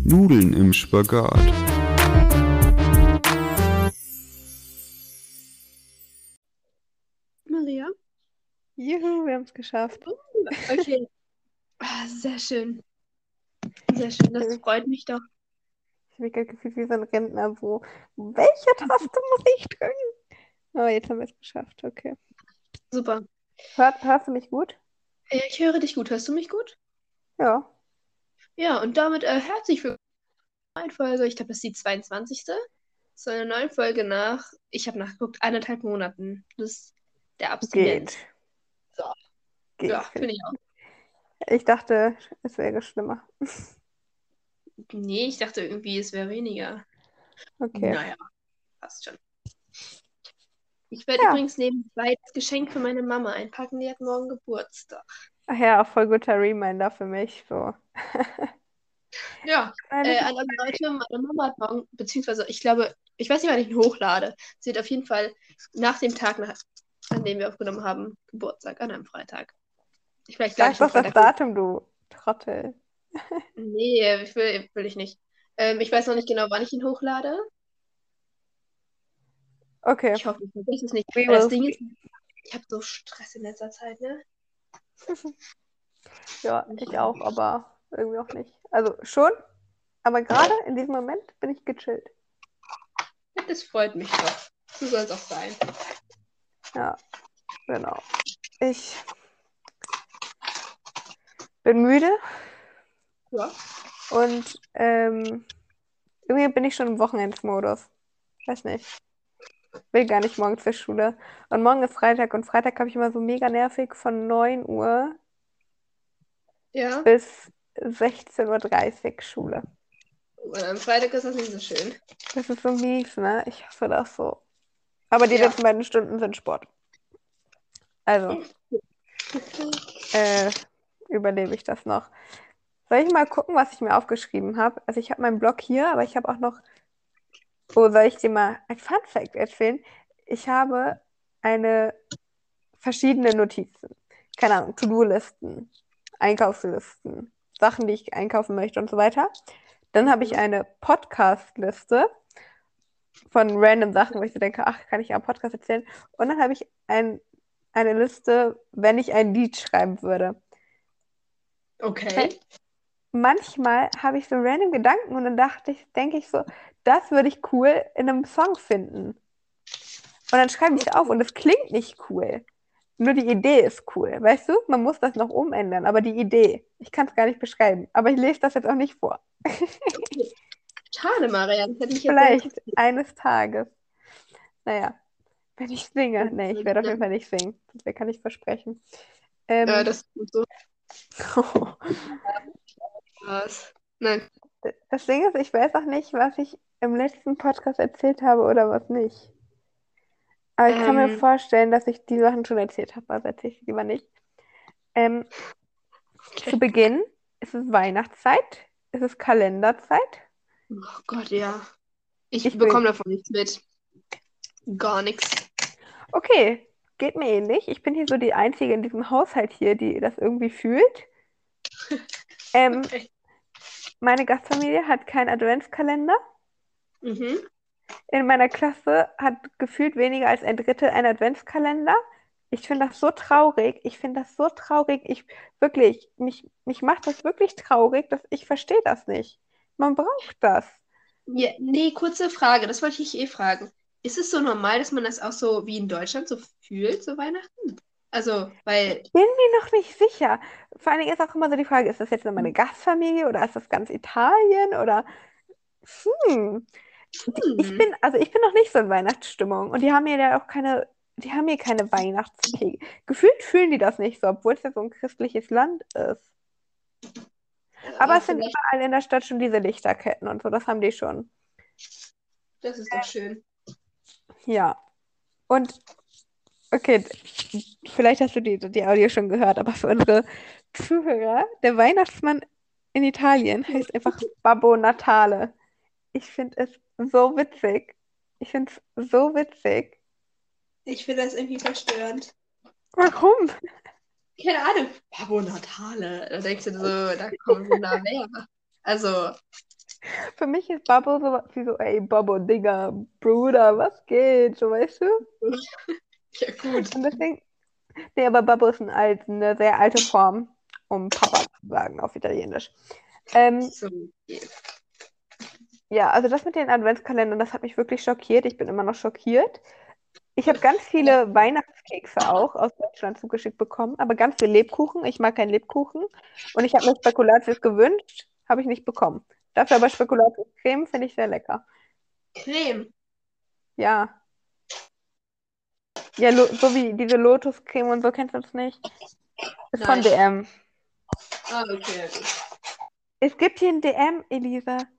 Nudeln im Spagat. Maria? Juhu, wir haben es geschafft. Okay. Sehr schön. Sehr schön, das freut mich doch. Ich habe mich gerade gefühlt wie so ein Rentner, wo welche Taste muss ich drücken? Oh, jetzt haben wir es geschafft, okay. Super. Hörst du mich gut? Ich höre dich gut. Hörst du mich gut? Ja. Ja, und damit herzlich willkommen zur neuen Folge. Ich glaube, das ist die 22. Zu einer neuen Folge nach, ich habe nachgeguckt, 1,5 Monaten. Das ist der Abstinenz. Geht. So. Geht, Ja, finde ich auch. Ich dachte, es wäre schlimmer. Nee, ich dachte irgendwie, es wäre weniger. Okay. Naja, passt schon. Ich werde Ja. übrigens nebenbei das Geschenk für meine Mama einpacken. Die hat morgen Geburtstag. Ach ja, auch voll guter Reminder für mich. So. Ja, an alle Leute, meine Mama hat morgen, beziehungsweise ich glaube, ich weiß nicht, wann ich ihn hochlade. Sie hat auf jeden Fall nach dem Tag, an dem wir aufgenommen haben, Geburtstag, an einem Freitag. Vielleicht lade Sag ich den doch das Freitag hoch. Datum, du Trottel. Nee, will ich nicht. Ich weiß noch nicht genau, wann ich ihn hochlade. Okay. Ich hoffe, ich vergesse es nicht. We Weil das will Ding ist, see. ich habe so Stress in letzter Zeit, ne? Ja, ich auch, aber irgendwie auch nicht. Also schon, aber gerade in diesem Moment bin ich gechillt. Das freut mich doch. So soll es auch sein. Ja, genau. Ich bin müde Ja. und irgendwie bin ich schon im Wochenendmodus. Weiß nicht. Will gar nicht morgen zur Schule. Und morgen ist Freitag und Freitag habe ich immer so mega nervig von 9 Uhr Ja. bis 16:30 Uhr Schule. Und am Freitag ist das nicht so schön. Das ist so mies, ne? Ich hasse das so. Aber die Ja. letzten beiden Stunden sind Sport. Also, überlebe ich das noch. Soll ich mal gucken, was ich mir aufgeschrieben habe? Also ich habe meinen Blog hier, aber ich habe auch noch. Oh, soll ich dir mal ein Fun Fact erzählen? Ich habe verschiedene Notizen. Keine Ahnung, To-Do-Listen, Einkaufslisten, Sachen, die ich einkaufen möchte und so weiter. Dann habe ich eine Podcast-Liste von random Sachen, wo ich so denke, ach, kann ich ja am Podcast erzählen. Und dann habe ich eine Liste, wenn ich ein Lied schreiben würde. Okay. Manchmal habe ich so random Gedanken und dann denke ich so, das würde ich cool in einem Song finden. Und dann schreibe ich es auf und es klingt nicht cool. Nur die Idee ist cool. Weißt du, man muss das noch umändern, aber die Idee, ich kann es gar nicht beschreiben. Aber ich lese das jetzt auch nicht vor. Okay. Schade, Marian. Das hätte mich jetzt Vielleicht eines Tages. Naja, wenn ich singe. Nee, ich werde auf jeden Ja. Fall nicht singen. Das kann ich versprechen. Das ist gut so. Was? Nein. Das Ding ist, ich weiß auch nicht, was ich im letzten Podcast erzählt habe oder was nicht. Aber ich kann mir vorstellen, dass ich die Sachen schon erzählt habe, also erzähle ich lieber nicht. Zu Beginn ist es Weihnachtszeit, ist es Kalenderzeit. Oh Gott, ja. Ich Ich bekomme bin- davon nichts mit. Gar nichts. Okay, geht mir ähnlich. Ich bin hier so die Einzige in diesem Haushalt hier, die das irgendwie fühlt. Okay. Meine Gastfamilie hat keinen Adventskalender. Mhm. In meiner Klasse hat gefühlt weniger als ein Drittel einen Adventskalender. Ich finde das so traurig. Ich finde das so traurig. Mich macht das wirklich traurig, dass ich verstehe das nicht. Man braucht das. Ja, nee, kurze Frage. Das wollte ich fragen. Ist es so normal, dass man das auch so wie in Deutschland so fühlt, so Weihnachten? Also, weil. Bin mir noch nicht sicher. Vor allen Dingen ist auch immer so die Frage, ist das jetzt nur meine Gastfamilie oder ist das ganz Italien oder hm. Ich bin noch nicht so in Weihnachtsstimmung und die haben mir ja auch die haben hier keine Weihnachtskekse. Gefühlt fühlen die das nicht so, obwohl es ja so ein christliches Land ist. Aber es sind Vielleicht. überall in der Stadt schon diese Lichterketten und so, das haben die schon. Das ist doch schön. Ja. Und okay, vielleicht hast du die Audio schon gehört, aber für unsere Zuhörer, der Weihnachtsmann in Italien heißt einfach Babbo Natale. Ich finde es so witzig. Ich finde es so witzig. Ich finde das irgendwie verstörend. Warum? Keine Ahnung. Babbo Natale. Da denkst du so, da kommen Wunder mehr. Also, Für mich ist Babbo so wie so, ey, Babbo, Digga, Bruder, was geht? So, weißt du? Ja, gut. Und deswegen, nee, aber Babbo ist eine sehr alte Form, um Papa zu sagen auf Italienisch. So. Ja, also das mit den Adventskalendern, das hat mich wirklich schockiert. Ich bin immer noch schockiert. Ich habe ganz viele Weihnachtskekse auch aus Deutschland zugeschickt bekommen, aber ganz viel Lebkuchen. Ich mag keinen Lebkuchen. Und ich habe mir Spekulatius gewünscht, habe ich nicht bekommen. Dafür aber Spekulatius-Creme finde ich sehr lecker. Creme. Ja. Ja, so wie diese Lotuscreme und so, kennst du das nicht? Ist von Nein. DM. Ah, okay. Es gibt hier ein DM, Elisa.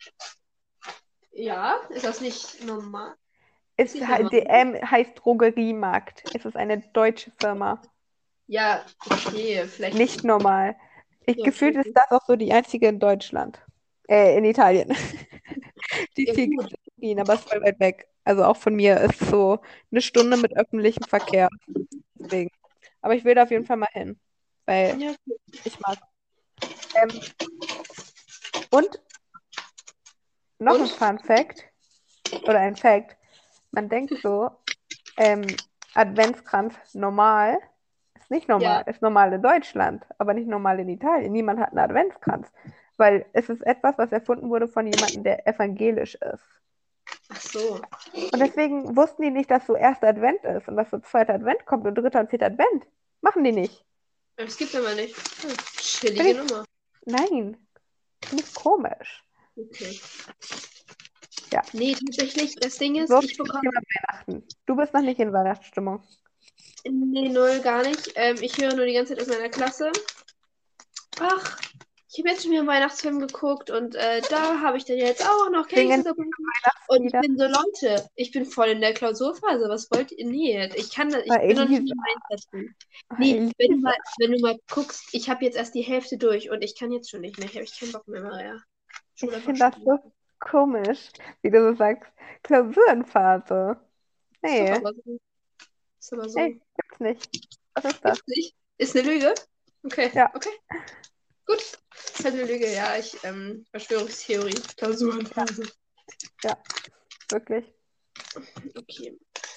Ja, ist das nicht normal? Es, Nicht normal. DM heißt Drogeriemarkt. Es ist eine deutsche Firma. Ja, okay, vielleicht. Nicht normal. Ja, Gefühlt okay. ist das auch so die einzige in Deutschland. In Italien. Die Ja, viel gut. gehen, aber es ist voll weit weg. Also auch von mir ist so eine Stunde mit öffentlichem Verkehr. Deswegen. Aber ich will da auf jeden Fall mal hin, weil Ja, ich mag. Ähm, und noch ein und? Fun Fact oder ein Fact. Man denkt so, Adventskranz normal ist nicht Ja. normal, ist normal in Deutschland, aber nicht normal in Italien. Niemand hat einen Adventskranz, weil es ist etwas, was erfunden wurde von jemandem, der evangelisch ist. Ach so. Und deswegen wussten die nicht, dass so erster Advent ist und dass so zweiter Advent kommt und dritter und vierter Advent. Machen die nicht. Das gibt's aber nicht. Finde Chillige ich, Nummer. nein, finde ich komisch. Okay. Ja, Nee, tatsächlich, das Ding ist, so ich viel zum bekomme. Thema Weihnachten. Du bist noch nicht in Weihnachtsstimmung. Nee, null, gar nicht. Ich höre nur die ganze Zeit aus meiner Klasse. Ach, ich habe jetzt schon wieder einen Weihnachtsfilm geguckt und da habe ich dann jetzt auch noch Singen Kekse gebacken. Und ich Weihnachtslieder. bin so, Leute, ich bin voll in der Klausurphase. Was wollt ihr? Nee, ich Bei bin noch nicht in Elisa. dem Mindset drin. Oh, Nee, Elisa. wenn du mal guckst, ich habe jetzt erst die Hälfte durch und ich kann jetzt schon nicht mehr. Ich habe keinen Bock mehr. Ja. Ich Schule einfach finde das Schule. so komisch, wie du so sagst. Klausurenphase. Ist doch Nee, aber so. Ist aber so. nee, gibt's nicht. Was ist das? Gibt's nicht. Ist eine Lüge? Okay, Ja, okay. Gut. Ist halt eine Lüge, ja. Verschwörungstheorie. Klausurenphase. ja, wirklich. Okay.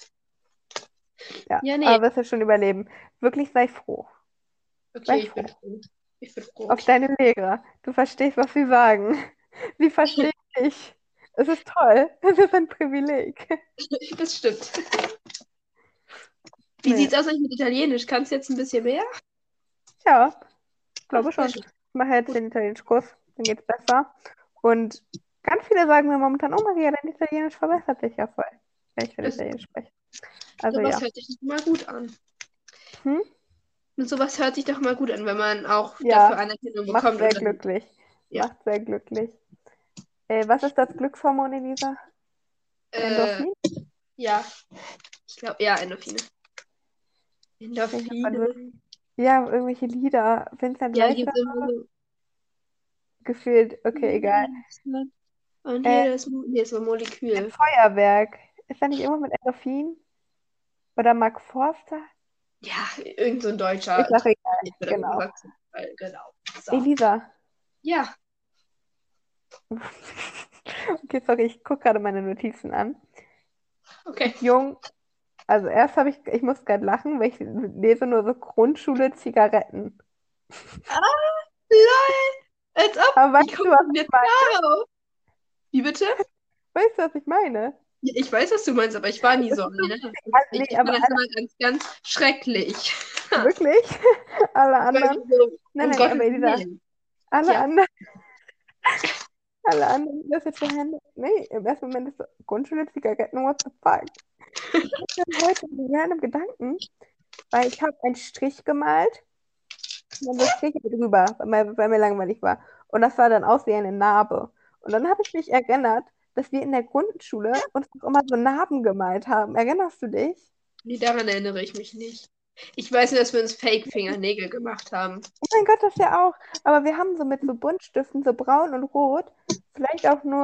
Ja, Ja, nee. aber wirst du schon überleben. Wirklich sei froh. Okay, Sei ich bin froh. froh. Ich bin froh, Auf okay. deine Lehrer. Du verstehst, was sie sagen. Sie verstehen dich. Es ist toll. Es ist ein Privileg. Das stimmt. Wie Nee. sieht's aus eigentlich mit Italienisch? Kannst du jetzt ein bisschen mehr? Ja, Ah, glaube sehr schon. schön. Ich mache jetzt Gut. den Italienischkurs, dann geht's besser. Und ganz viele sagen mir momentan, oh Maria, dein Italienisch verbessert sich ja voll, wenn ich mit Das, Italienisch spreche. Also sowas ja. hört sich doch mal gut an. Hm? Und sowas hört sich doch mal gut an, wenn man auch dafür Ja, Anerkennung macht bekommt sehr und dann, glücklich. ja. Macht sehr glücklich. Was ist das Glückshormon, Elisa? Äh, Endorphin? ja, ich glaube, ja, Endorphine. Ich hab Endorphine. ja, irgendwelche Lieder. Vincent Ja, Weiss hier sind immer so. gefühlt. Okay, egal. Und Äh, hier ist so ein Ein Molekül. Feuerwerk. Ist da nicht irgendwas mit Endorphin? Oder Mark Forster? Ja, irgend so ein deutscher Ist auch egal. oder Genau. irgendwas. Genau. So. Elisa. Ja, Okay, sorry, ich gucke gerade meine Notizen an. okay. Jung, also erst ich muss gerade lachen, weil ich lese nur so Grundschule Zigaretten. Ah, lol. Als ob. Aber Wie weißt du, kommst was du denn ich jetzt meine? darauf? Wie bitte? Weißt du, was ich meine? Ja, ich weiß, was du meinst, aber ich war nie Es so ist so, eine. nee, Ich aber fand das immer ganz, ganz schrecklich. wirklich? Alle Ich war anderen? immer so, Nein, um nein, Gottes aber Elisa, Willen. alle Ja. anderen, alle anderen, die das jetzt so handeln. Nee, im ersten Moment ist so, Grundschule Zigaretten, what the fuck? Ich hatte heute einen random Gedanken, weil ich habe einen Strich gemalt und dann so Striche drüber, weil mir langweilig war. Und das sah dann aus wie eine Narbe. Und dann habe ich mich erinnert, dass wir in der Grundschule uns auch immer so Narben gemalt haben. Erinnerst du dich? Nee, daran erinnere ich mich nicht. Ich weiß nur, dass wir uns Fake-Fingernägel gemacht haben. Oh mein Gott, das ja auch. Aber wir haben so mit so Buntstiften, so braun und rot, vielleicht auch nur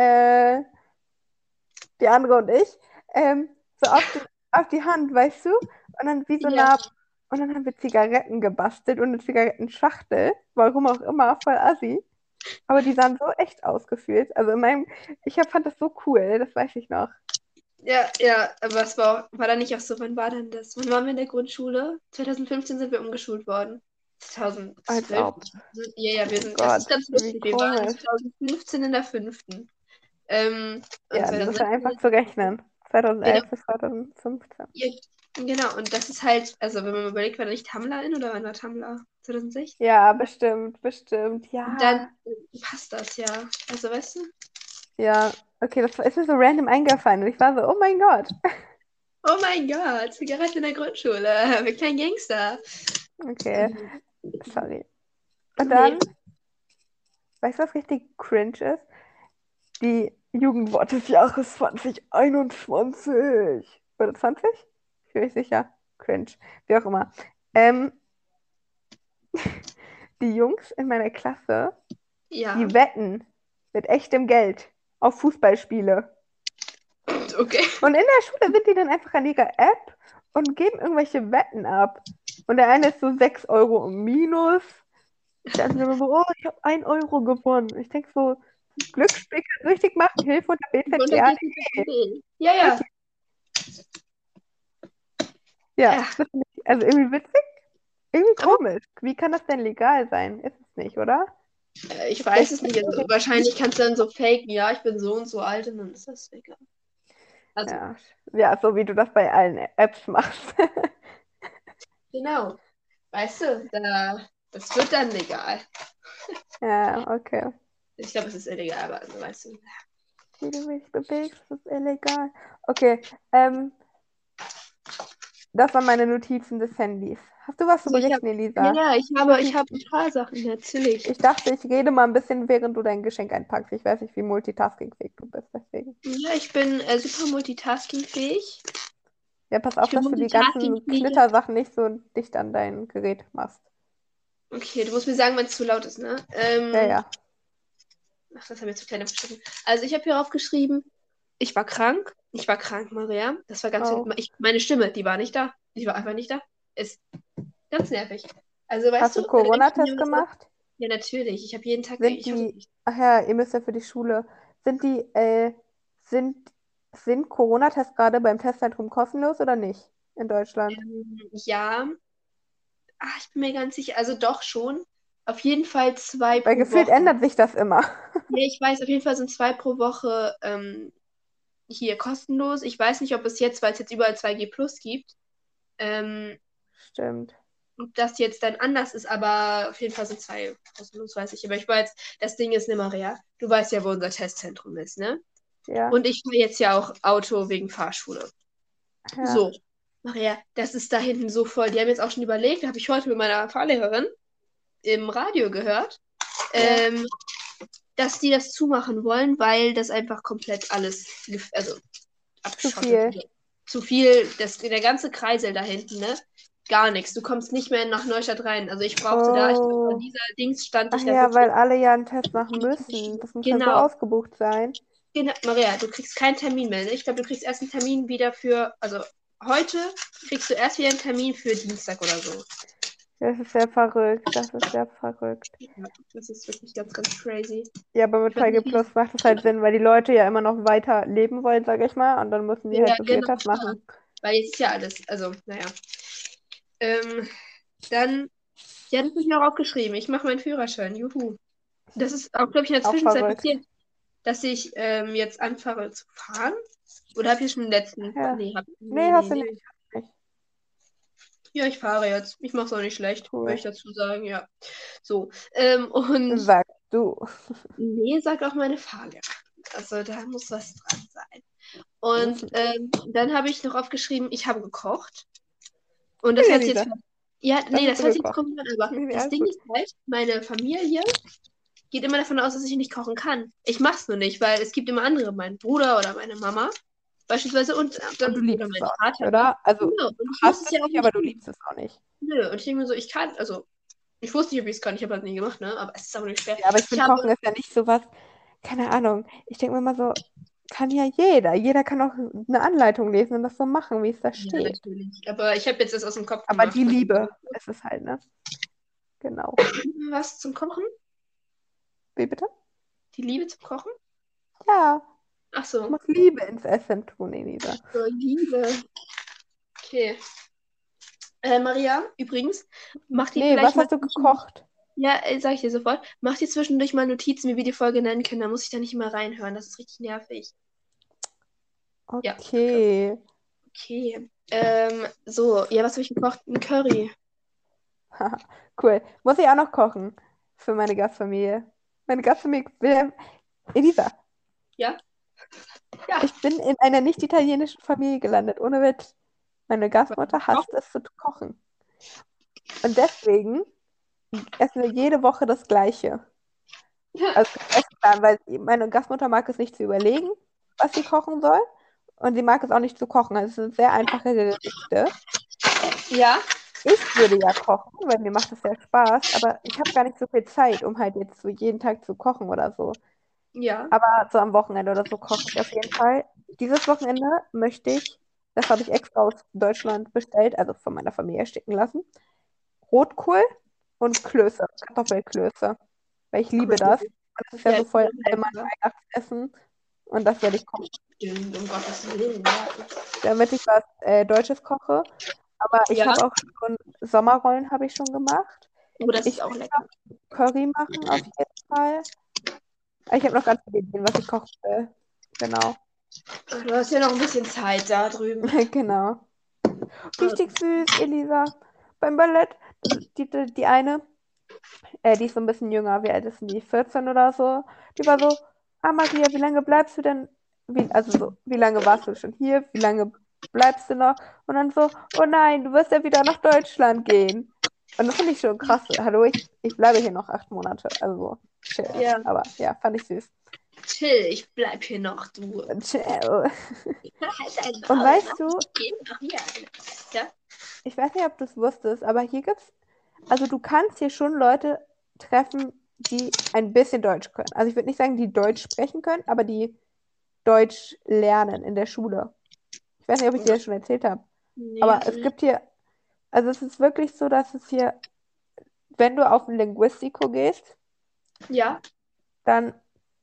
die andere und ich, so auf die Hand, weißt du? Und dann wie so Ja. Narben. Und dann haben wir Zigaretten gebastelt und eine Zigarettenschachtel, warum auch immer, voll assi. Aber die sahen so echt aus gefühlt. Also fand das so cool, das weiß ich noch. Ja, aber es war da nicht auch so, wann war denn das? Wann waren wir in der Grundschule? 2015 sind wir umgeschult worden. Als 2012. ob. Ja, Oh das ist Gott, ganz wie lustig. Wir waren komisch. 2015 in der fünften. Und Ja, das ist 2016 einfach in zu der vierten. rechnen. Genau. 2011 bis 2015. Ja, genau, und das ist halt, also wenn man überlegt, war da nicht Tamla in oder wann war Tamla? 2016? Ja, bestimmt, bestimmt. Und dann Ja, passt das ja. Also weißt du? ja. Okay, das ist mir so random eingefallen. Und ich war so, oh mein Gott. Oh mein Gott, Zigarette in der Grundschule. Wir kleinen Gangster. Okay, Ähm, sorry. Und Nee, dann, weißt du, was richtig cringe ist? Die Jugendwort des Jahres 2021. Oder 20? Ich bin nicht sicher. Cringe. Wie auch immer. Ähm, die Jungs in meiner Klasse, ja, die wetten mit echtem Geld auf Fußballspiele. okay. Und in der Schule sind die dann einfach an ihrer App und geben irgendwelche Wetten ab. Und der eine ist so 6 Euro im Minus. Der andere immer so, oh, ich habe 1 Euro gewonnen. Ich denke so, Glücksspiel kann süchtig machen, Hilfe unter Und da BZGA. geht es okay. Ja, ja. Wirklich. Ja, Ja, das finde ich, also irgendwie witzig, irgendwie aber komisch. Wie kann das denn legal sein? Ist es nicht, oder? ich weiß es nicht. Also, 16-Jährige. wahrscheinlich kannst du dann so faken, ja, ich bin so und so alt und dann ist das egal. Also, Ja, ja, so wie du das bei allen Apps machst. genau. Weißt du, das wird dann legal. Ja, okay. Ich glaube, es ist illegal, aber also, weißt du. Wie du dich bewegst, ist illegal. Okay, ähm, das waren meine Notizen des Handys. Hast du was zu Also berichten, Elisa? ich habe ein paar Sachen, natürlich. Ich dachte, ich rede mal ein bisschen, während du dein Geschenk einpackst. Ich weiß nicht, wie multitaskingfähig du bist, deswegen. Ja, ich bin super multitaskingfähig. Ja, pass Ich auf, bin dass du die ganzen multitaskingfähig. Knittersachen nicht so dicht an dein Gerät machst. Okay, du musst mir sagen, wenn es zu laut ist, ne? Ja, ja. Ach, das haben wir zu kleine verstanden. Also ich habe hier aufgeschrieben, ich war krank. Ich war krank, Maria. Das war ganz, Oh. meine Stimme, die war nicht da. Die war einfach nicht da. Ist ganz nervig. Also weißt Hast du, du da denke ich mir Corona-Test immer so, gemacht? ja natürlich, ich habe jeden Tag, Sind ich die, hoffe, ach ja, ihr müsst ja für die Schule, sind die, sind, sind Corona-Tests gerade beim Testzentrum kostenlos oder nicht in Deutschland? ja, ich bin mir ganz sicher, also doch schon. Auf jeden Fall zwei Weil pro gefühlt Woche. ändert sich das immer. Nee, ich weiß, auf jeden Fall sind zwei pro Woche hier kostenlos. Ich weiß nicht, ob es jetzt, weil es jetzt überall 2G Plus gibt, ähm, Stimmt. ob das jetzt dann anders ist, aber auf jeden Fall sind zwei kostenlos, weiß ich. Aber ich weiß, das Ding ist nicht Maria. Du weißt ja, wo unser Testzentrum ist, ne? Ja, Und ich fahre jetzt ja auch Auto wegen Fahrschule. ja. So, Maria, das ist da hinten so voll. Die haben jetzt auch schon überlegt, habe ich heute mit meiner Fahrlehrerin im Radio gehört, Ja, ähm, dass die das zumachen wollen, weil das einfach komplett alles, also zu abgeschottet viel. wird. Zu viel, der ganze Kreisel da hinten, ne? Gar nichts. Du kommst nicht mehr nach Neustadt rein. Also ich brauchte da, ich glaube, an Oh. dieser Dings stand Ach ich da ja, weil wirklich. alle ja einen Test machen müssen. Das muss ja so Genau. ausgebucht sein. Genau. Maria, du kriegst keinen Termin mehr. Ne? Ich glaube, du kriegst erst einen Termin wieder für, also heute kriegst du erst wieder einen Termin für Dienstag oder so. Das ist ja verrückt. Das ist ja verrückt. Ja, das ist wirklich ganz, ganz crazy. Ja, aber mit Ich weiß 2G nicht, wie. Plus macht es halt Sinn, weil die Leute ja immer noch weiter leben wollen, sage ich mal. Und dann müssen die Ja, halt so viele genau, Tests klar. machen. Weil jetzt ist ja alles, also, naja. Ähm, dann, ja, das habe ich mir auch aufgeschrieben. Ich mache meinen Führerschein. Juhu. Das ist auch, glaube ich, in der Auch Zwischenzeit verrückt. passiert, dass ich jetzt anfange zu fahren. Oder habe ich schon den letzten? Ja. Nee, Nee, hast du nicht. nee. Hast du nicht. Ja, ich fahre jetzt. Ich mache es auch nicht schlecht, Cool. möchte ich dazu sagen, ja. So. Und Sagst du. nee, sagt auch meine Fahrlehrerin. Also da muss was dran sein. Und Mhm. dann habe ich noch aufgeschrieben, ich habe gekocht. Und das Cool, hört sich jetzt. Elisa. Ja, Was nee, hast das du hört sich jetzt gekocht? komisch an, aber Nee, nee, das alles Ding gut. ist halt, meine Familie geht immer davon aus, dass ich nicht kochen kann. Ich mach's nur nicht, weil es gibt immer andere, mein Bruder oder meine Mama beispielsweise und Und du dann, oder liebst es mein auch nicht, Vater, ne? oder? Also, Genau, und du ich muss hast es es ja auch nicht, aber nicht du tun. liebst es auch nicht. Nö, und ich denke mir so, ich kann, also, ich wusste nicht, ob ich es kann, ich habe halt nie gemacht, ne? Aber es ist aber nicht schwer. Ja, aber ich Ich finde, habe, Kochen ist ja nicht so was, keine Ahnung. Ich denke mir immer so, kann ja jeder. Jeder kann auch eine Anleitung lesen und das so machen, wie es da ja, steht. natürlich. Aber ich habe jetzt das aus dem Kopf Aber gemacht. die Liebe ist es halt, ne? Genau. Was zum Kochen? Wie bitte? Die Liebe zum Kochen? Ja, Ach ich so. muss Liebe ins Essen tun, Elisa. So, Liebe. Okay. Maria, übrigens, mach dir Nee, vielleicht was mal hast du zwischendurch, gekocht? ja, sag ich dir sofort, mach dir zwischendurch mal Notizen, wie wir die Folge nennen können. Da muss ich da nicht immer reinhören. Das ist richtig nervig. Ja, danke. Okay. Okay. So, ja, was habe ich gekocht? Ein Curry. Cool. Muss ich auch noch kochen für meine Gastfamilie. Meine Gastfamilie will. Elisa, Ja? Ja. ich bin in einer nicht italienischen Familie gelandet, ohne Witz. Meine Gastmutter Auch? hasst es zu kochen. Und deswegen essen wir jede Woche das Gleiche. Also Essenplan, weil meine Gastmutter mag es nicht zu überlegen, was sie kochen soll. Und sie mag es auch nicht zu kochen. Also es sind sehr einfache Gerichte. Ja? Ich würde ja kochen, weil mir macht es sehr Spaß, aber ich habe gar nicht so viel Zeit, um halt jetzt so jeden Tag zu kochen oder so. Ja. Aber so am Wochenende oder so koche ich auf jeden Fall. Dieses Wochenende möchte ich, das habe ich extra aus Deutschland bestellt, also von meiner Familie schicken lassen, Rotkohl und Klöße, Kartoffelklöße, weil ich liebe das. Crazy. Und das ist ja Ja, so das ist voll allgemein lecker. Weihnachtsessen und das werde ich kochen, Stimmt, um Gottes Willen. Ja. damit ich was Deutsches koche. Aber ich Ja. habe auch schon Sommerrollen habe ich schon gemacht. Oh, das ist Ich auch will lecker. Curry machen auf jeden Fall. Ich habe noch ganz viele Ideen, was ich kochen will. Genau. Du hast ja noch ein bisschen Zeit da drüben. Genau. Ah, Richtig süß, Elisa. Beim Ballett, die eine, die ist so ein bisschen jünger, wie alt ist denn die? 14 oder so. Die war so, ah Maria, wie lange bleibst du denn? Also so, wie lange warst du schon hier? Wie lange bleibst du noch? Und dann so, oh nein, du wirst ja wieder nach Deutschland gehen. Und das finde ich schon krass. Hallo, ich bleibe hier noch 8 Monate. Also so, chill. ja. Aber ja, fand ich süß. Chill, ich bleib hier noch, du. Chill. Halt dein Und Maul, ne? weißt du, Ich geh nach hier. Ja? ich weiß nicht, ob du es wusstest, aber hier gibt's, also du kannst hier schon Leute treffen, die ein bisschen Deutsch können. Also ich würde nicht sagen, die Deutsch sprechen können, aber die Deutsch lernen in der Schule. Ich weiß nicht, ob ich dir das schon erzählt habe. Nee, Aber hast du es nicht. gibt hier, also es ist wirklich so, dass es hier, wenn du auf ein Linguistico gehst, Ja? dann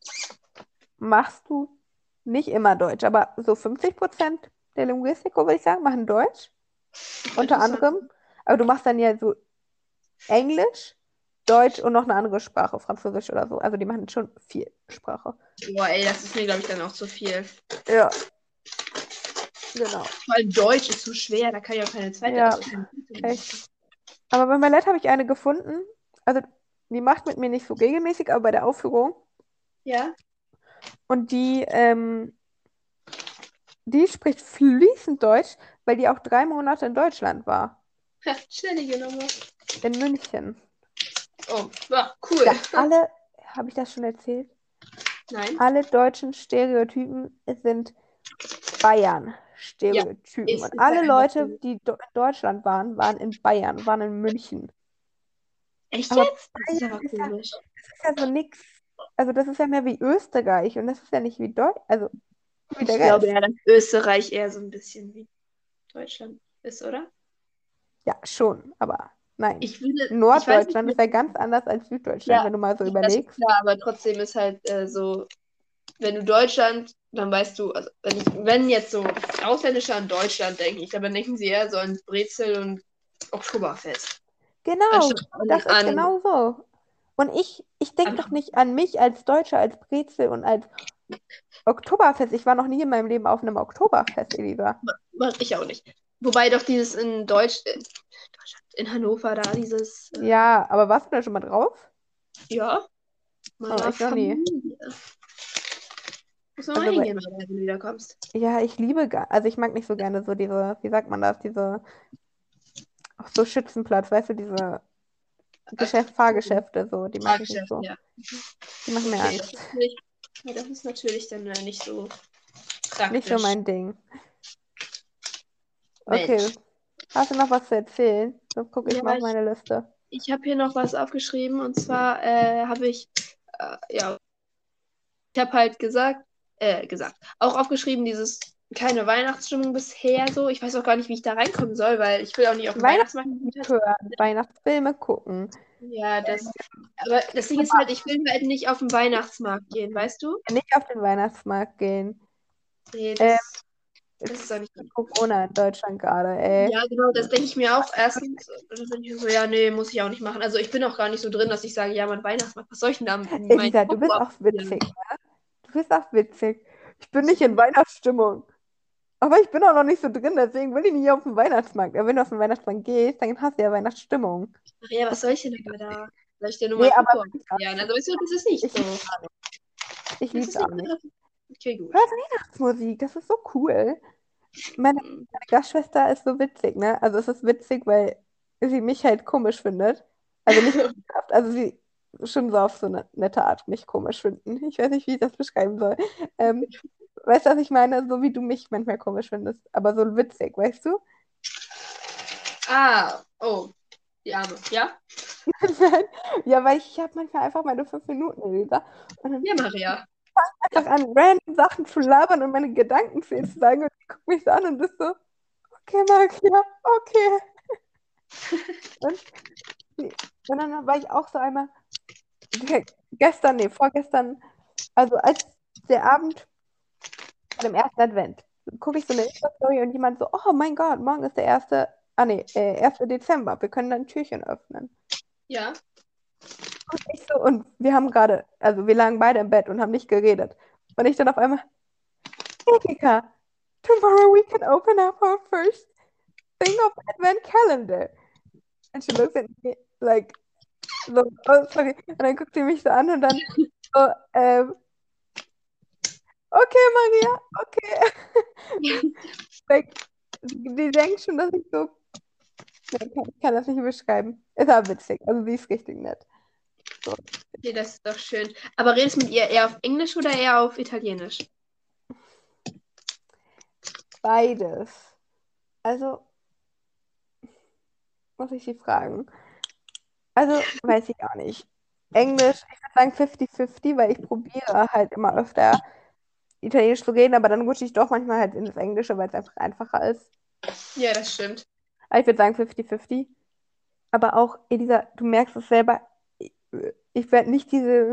machst du nicht immer Deutsch, aber so 50% der Linguistico, würde ich sagen, machen Deutsch. Unter Interessant. anderem. Aber du machst dann ja so Englisch, Deutsch und noch eine andere Sprache, Französisch oder so. Also die machen schon viel Sprache. Boah, ey, das ist mir, glaube ich, dann auch zu viel. Ja, genau. Vor allem Deutsch ist zu schwer, da kann ich auch keine zweite, Ja, also keine Prüfung echt. machen. Aber bei Ballett habe ich eine gefunden. Also die macht mit mir nicht so regelmäßig, aber bei der Aufführung. Ja? Und die spricht fließend Deutsch, weil die auch 3 Monate in Deutschland war. Ha, chillige Nummer. In München. Oh, ja, cool. Ja, alle, habe ich das schon erzählt? Nein? Alle deutschen Stereotypen sind Ja, Bayern-Stereotypen. Und ist halt alle einfach Leute, so. die in Deutschland waren, waren in Bayern, waren in München. Echt Aber jetzt? Das ist Bayern aber komisch. ist ja so nix. Also das ist ja mehr wie Österreich und das ist ja nicht wie Deutsch, also wie der Ich glaube Rest. ja, dass Österreich eher so ein bisschen wie Deutschland ist, oder? Ja, schon, aber nein. Ich weiß nicht, Norddeutschland ist ja ganz anders als Süddeutschland, ja, wenn du mal so ja, das ist überlegst. klar, aber trotzdem ist halt so, wenn du Deutschland, dann weißt du, also wenn jetzt so Ausländische an Deutschland denken, ich glaube, dann denken sie eher so an Brezel und Oktoberfest. Genau, Anstatt das ist an genau so. Und ich denke einfach, doch nicht an mich als Deutscher, als Brezel und als Oktoberfest. Ich war noch nie in meinem Leben auf einem Oktoberfest, Elisa. mach ich auch nicht. Wobei doch dieses in Deutschland, in Hannover da, dieses, Ja, aber warst du da schon mal drauf? ja, Oh, meiner ich noch nie. Familie. Muss man mal Also, hingehen, wenn du wieder kommst. ja, also ich mag nicht so gerne so diese, wie sagt man das, auch so Schützenplatz, weißt du, diese Attraktion. Fahrgeschäfte, so, die mag ich nicht Fahrgeschäft, so. ja. Die machen mir Okay, Angst. das ist natürlich dann nicht so Nicht so praktisch. mein Ding. Mensch. Okay, hast du noch was zu erzählen? Sonst gucke ich Ja, mal auf meine Liste. ich habe hier noch was aufgeschrieben und zwar habe ja, ich habe halt auch aufgeschrieben, dieses keine Weihnachtsstimmung bisher so. Ich weiß auch gar nicht, wie ich da reinkommen soll, weil ich will auch nicht auf den Weihnachtsmarkt. Weihnachtsmusik hören, Weihnachtsfilme gucken. Ja, aber das Ding ist halt, ich will halt nicht auf den Weihnachtsmarkt gehen, weißt du? Nicht auf den Weihnachtsmarkt gehen. Nee, Ähm, das ist auch nicht gut. Corona in Deutschland gerade, ey. Ja, genau, das denke ich mir auch. Erstens, bin ich so, ja, nee, muss ich auch nicht machen. Also ich bin auch gar nicht so drin, dass ich sage, ja, mein Weihnachtsmarkt, was soll ich denn da mein Elisa, du Popo bist auch abprobieren? witzig. Du bist auch witzig. Ich bin nicht in Weihnachtsstimmung. Aber ich bin auch noch nicht so drin, deswegen will ich nicht auf den Weihnachtsmarkt. Aber wenn du auf den Weihnachtsmarkt gehst, dann hast du ja Weihnachtsstimmung. Ach ja, was soll ich denn aber da? Soll ich dir nur Nee, mein aber Popo abprobieren? Also weißt du, das ist nicht ich so. liebe es auch nicht. Ich Das liebe ist es nicht auch nicht. so. Okay, Hör gut. Weihnachtsmusik, das ist so cool. Meine, Hm. meine Gastschwester ist so witzig, ne? Also es ist witzig, weil sie mich halt komisch findet. Also nicht ernsthaft, also sie schon so auf so eine nette Art mich komisch finden. Ich weiß nicht, wie ich das beschreiben soll. Ähm, weißt du, was ich meine? So wie du mich manchmal komisch findest, aber so witzig, weißt du? Ah, oh, die Arme. Ja? Ja, weil ich habe manchmal einfach meine 5 Minuten, Elisa. Und dann Ja, Maria. Ja. einfach an random Sachen zu labern und meine Gedanken zu ihr zu sagen und sie guckt mich so an und ist so, okay, Magia, okay. Und, und dann war ich auch so einmal, gestern, nee, vorgestern, also als der Abend vor dem ersten Advent, gucke ich so eine Insta-Story und jemand so, oh mein Gott, morgen ist der erste, 1. Dezember, wir können dann ein Türchen öffnen. Ja. Und ich so, und wir haben gerade, also wir lagen beide im Bett und haben nicht geredet. Und ich dann auf einmal, Erika, tomorrow we can open up our first thing of Advent calendar. And she looks at me like, so, oh, sorry. Und dann guckt sie mich so an und dann so, okay, Maria, okay. Like, die denkt schon, dass ich so, nee, ich kann das nicht beschreiben. Ist aber witzig, also sie ist richtig nett. So. Okay, das ist doch schön. Aber redest du mit ihr eher auf Englisch oder eher auf Italienisch? Beides. Also, muss ich sie fragen. Also, weiß ich auch nicht. Englisch, ich würde sagen 50-50, weil ich probiere halt immer öfter Italienisch zu reden, aber dann rutsche ich doch manchmal halt ins Englische, weil es einfach einfacher ist. Ja, das stimmt. Aber ich würde sagen 50-50. Aber auch, Elisa, du merkst es selber, ich werde nicht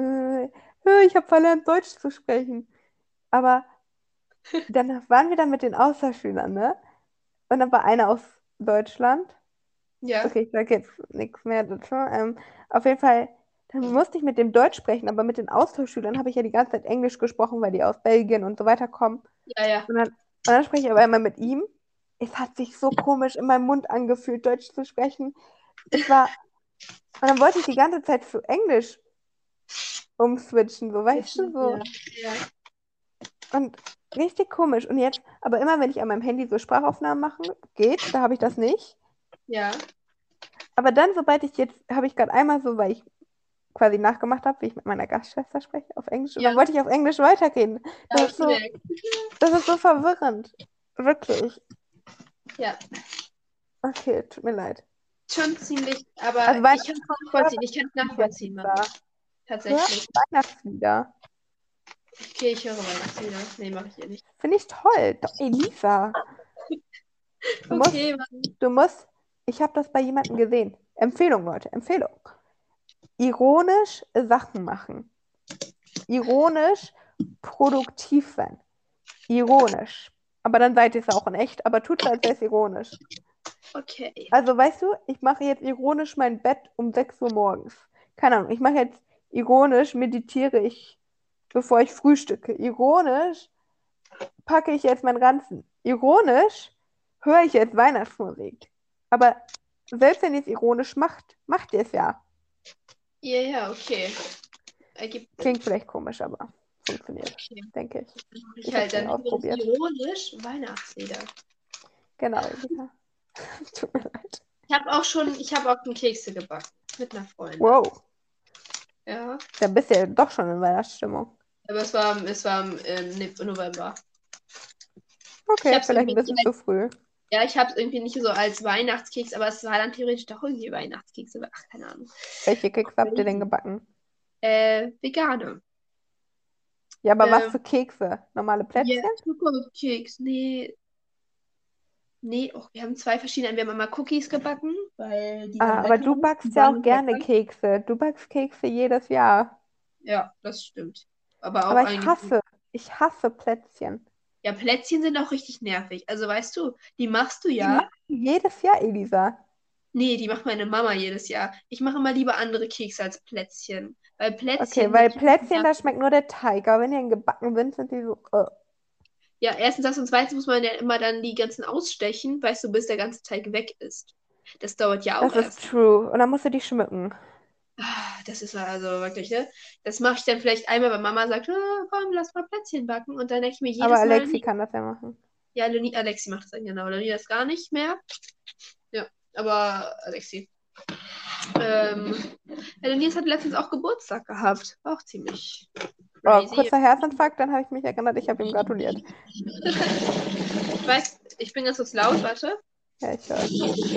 ich habe verlernt, Deutsch zu sprechen. Aber dann waren wir da mit den Austauschschülern, ne? Und dann war einer aus Deutschland. Ja. Okay, ich sage jetzt nichts mehr dazu. Auf jeden Fall, dann musste ich mit dem Deutsch sprechen, aber mit den Austauschschülern habe ich ja die ganze Zeit Englisch gesprochen, weil die aus Belgien und so weiter kommen. Ja, ja. Und dann spreche ich aber immer mit ihm. Es hat sich so komisch in meinem Mund angefühlt, Deutsch zu sprechen. Ich war, und dann wollte ich die ganze Zeit zu Englisch umswitchen, so, weißt du, so. Ja, ja. Und richtig komisch. Und jetzt, aber immer wenn ich an meinem Handy so Sprachaufnahmen mache, geht's, da habe ich das nicht. Ja. Aber dann, sobald ich jetzt, habe ich gerade einmal so, weil ich quasi nachgemacht habe, wie ich mit meiner Gastschwester spreche, auf Englisch. Und Ja, dann wollte ich auf Englisch weitergehen. da habe ich gemerkt. Das ist so verwirrend. Wirklich. Ja, Okay, tut mir leid. schon ziemlich, aber Also ich kann es nachvollziehen. Ich kann es nachvollziehen, Maria. Weihnachtslieder. Hör Tatsächlich. Weihnachtslieder. Okay, ich höre Weihnachtslieder. Nee, mache ich eh nicht. Finde ich toll. Doch, Elisa, du musst, Okay, Mann. du musst, ich habe das bei jemandem gesehen. Empfehlung, Leute, Empfehlung. Ironisch Sachen machen. Ironisch produktiv sein. Ironisch. Aber dann seid ihr es auch in echt, aber tut so, als wäre es ironisch. Okay. Also, weißt du, ich mache jetzt ironisch mein Bett um 6 Uhr morgens. Keine Ahnung, ich mache jetzt ironisch, meditiere ich, bevor ich frühstücke. Ironisch packe ich jetzt meinen Ranzen. Ironisch höre ich jetzt Weihnachtsmusik. Aber selbst wenn ihr es ironisch macht, macht ihr es ja. Ja, ja, okay. Ergibt Sinn. Klingt vielleicht komisch, aber funktioniert, Okay. denke ich. Dann mache ich Ich habe halt es nicht dann ausprobiert. ironisch Weihnachtslieder. Genau, Elisa. Tut mir leid. Ich habe auch schon Kekse gebacken. Mit einer Freundin. Wow, Ja. dann bist du ja doch schon in Weihnachtsstimmung. Aber es war im November. Ich Okay, habe es vielleicht ein irgendwie bisschen nicht zu früh. Ja, ich habe es irgendwie nicht so als Weihnachtskeks, aber es war dann theoretisch doch irgendwie Weihnachtskekse. Ach, keine Ahnung. Welche Kekse habt ihr denn Crazy. gebacken? Vegane. Ja, aber was Ähm, für Kekse? Normale ja, Plätzchen? Schokokeks. Nee, Nee, wir haben 2 verschiedene. Wir haben einmal Cookies gebacken, weil die waren Aber lecker. du Die backst ja waren auch nicht gerne lecker. Kekse. Du backst Kekse jedes Jahr. Ja, das stimmt. Aber auch Aber eigentlich. ich hasse Plätzchen. Ja, Plätzchen sind auch richtig nervig. Also weißt du, die machst du Die ja. machst du jedes Jahr, Elisa. Nee, die macht meine Mama jedes Jahr. Ich mache immer lieber andere Kekse als Plätzchen. Weil Okay, Plätzchen sind weil richtig Plätzchen, da nervig. schmeckt nur der Teig. Aber wenn die dann gebacken sind, sind die so. Ja, erstens das und zweitens muss man ja immer dann die ganzen ausstechen, weißt du, bis der ganze Teig weg ist. Das dauert ja auch Das ist erst. true. Und dann musst du die schmücken. Das ist also wirklich, ne? Das mache ich dann vielleicht einmal, weil Mama sagt, komm, lass mal Plätzchen backen. Und dann denke ich mir Aber jedes Mal, Alexi nee. kann das ja machen. Ja, Alexi macht das dann genau. Loni das gar nicht mehr. Ja, aber Alexi. Ähm, ja, Denise hat letztens auch Geburtstag gehabt. Auch ziemlich Oh, crazy. kurzer Herzinfarkt, dann habe ich mich erinnert, ich habe ihm gratuliert. Ich weiß, ich bin ganz kurz laut, warte. Ja, ich höre.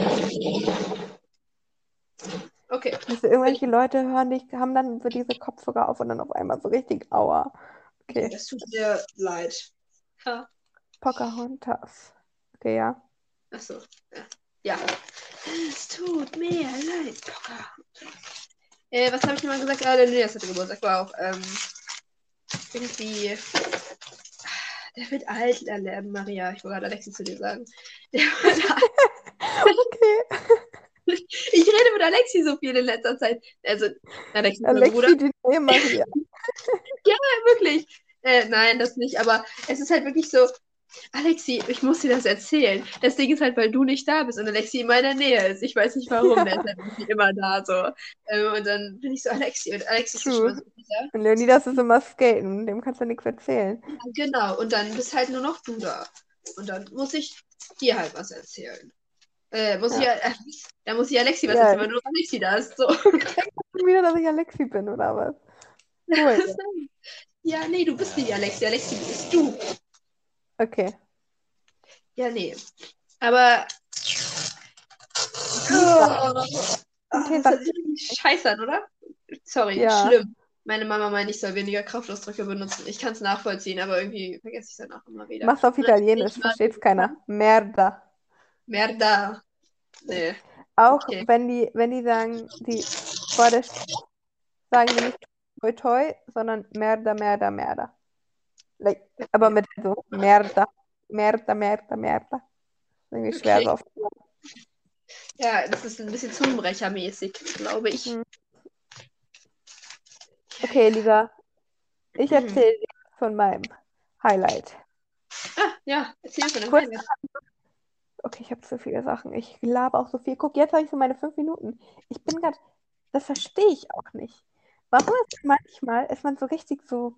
Okay. Weißt du, irgendwelche Leute hören dich, haben dann so diese Kopfhörer auf und dann auf einmal so richtig aua. Ja, Okay. das tut mir leid. Ha. Pocahontas. Okay, ja. Achso. Ja. Ja. Es tut mir leid, Poker. Was habe ich nochmal gesagt? Nee, das hatte Geburtstag. War auch irgendwie. Der wird alt, Maria. Ich wollte gerade Alexi zu dir sagen. Der wird alt. Okay. Ich rede mit Alexi so viel in letzter Zeit. Also, Alexi ist mein Bruder. Alexi, die neue Maria. Ja, wirklich. Nein, das nicht. Aber es ist halt wirklich so, Alexi, ich muss dir das erzählen. Das Ding ist halt, weil du nicht da bist und Alexi in meiner Nähe ist. Ich weiß nicht warum, der ist halt irgendwie immer da so. Und dann bin ich so, Alexi, und Alexi ist so schon mal True. so sicher. Und Leonidas ist immer skaten, dem kannst du nichts erzählen. Ja, genau, und dann bist halt nur noch du da. Und dann muss ich dir halt was erzählen. Muss ich Ja. ja, da muss ich Alexi was Ja, erzählen, weil nur Alexi da ist. So. du denkst schon wieder, dass ich Alexi bin, oder was? Cool. Ja, nee, du bist nicht Alexi. Alexi bist du. Okay. Ja, nee. Aber. Lisa, okay, Das hört sich richtig scheiße an, oder? Sorry, ja. schlimm. Meine Mama meint, ich soll weniger Kraftausdrücke benutzen. Ich kann es nachvollziehen, aber irgendwie vergesse ich es danach immer wieder. Mach's auf Und als ich nicht Italienisch, mal versteht's reden keiner. kann, Merda. Merda. Nee. Auch Okay. wenn die sagen, die vor der sagen die nicht toi toi, sondern Merda, Merda, Merda. Like, aber mit so Merda, Merda, Merda, Merda. Irgendwie schwer Okay. so oft. Ja, das ist ein bisschen zungenbrechermäßig, glaube ich. Hm. Okay, Lisa, ich Mhm. erzähle dir von meinem Highlight. Ja, erzähl von dem Kurz, Highlight. okay, ich habe so viele Sachen. Ich laber auch so viel. Guck, jetzt habe ich so meine 5 Minuten. Ich bin gerade, das verstehe ich auch nicht. Warum ist man so richtig so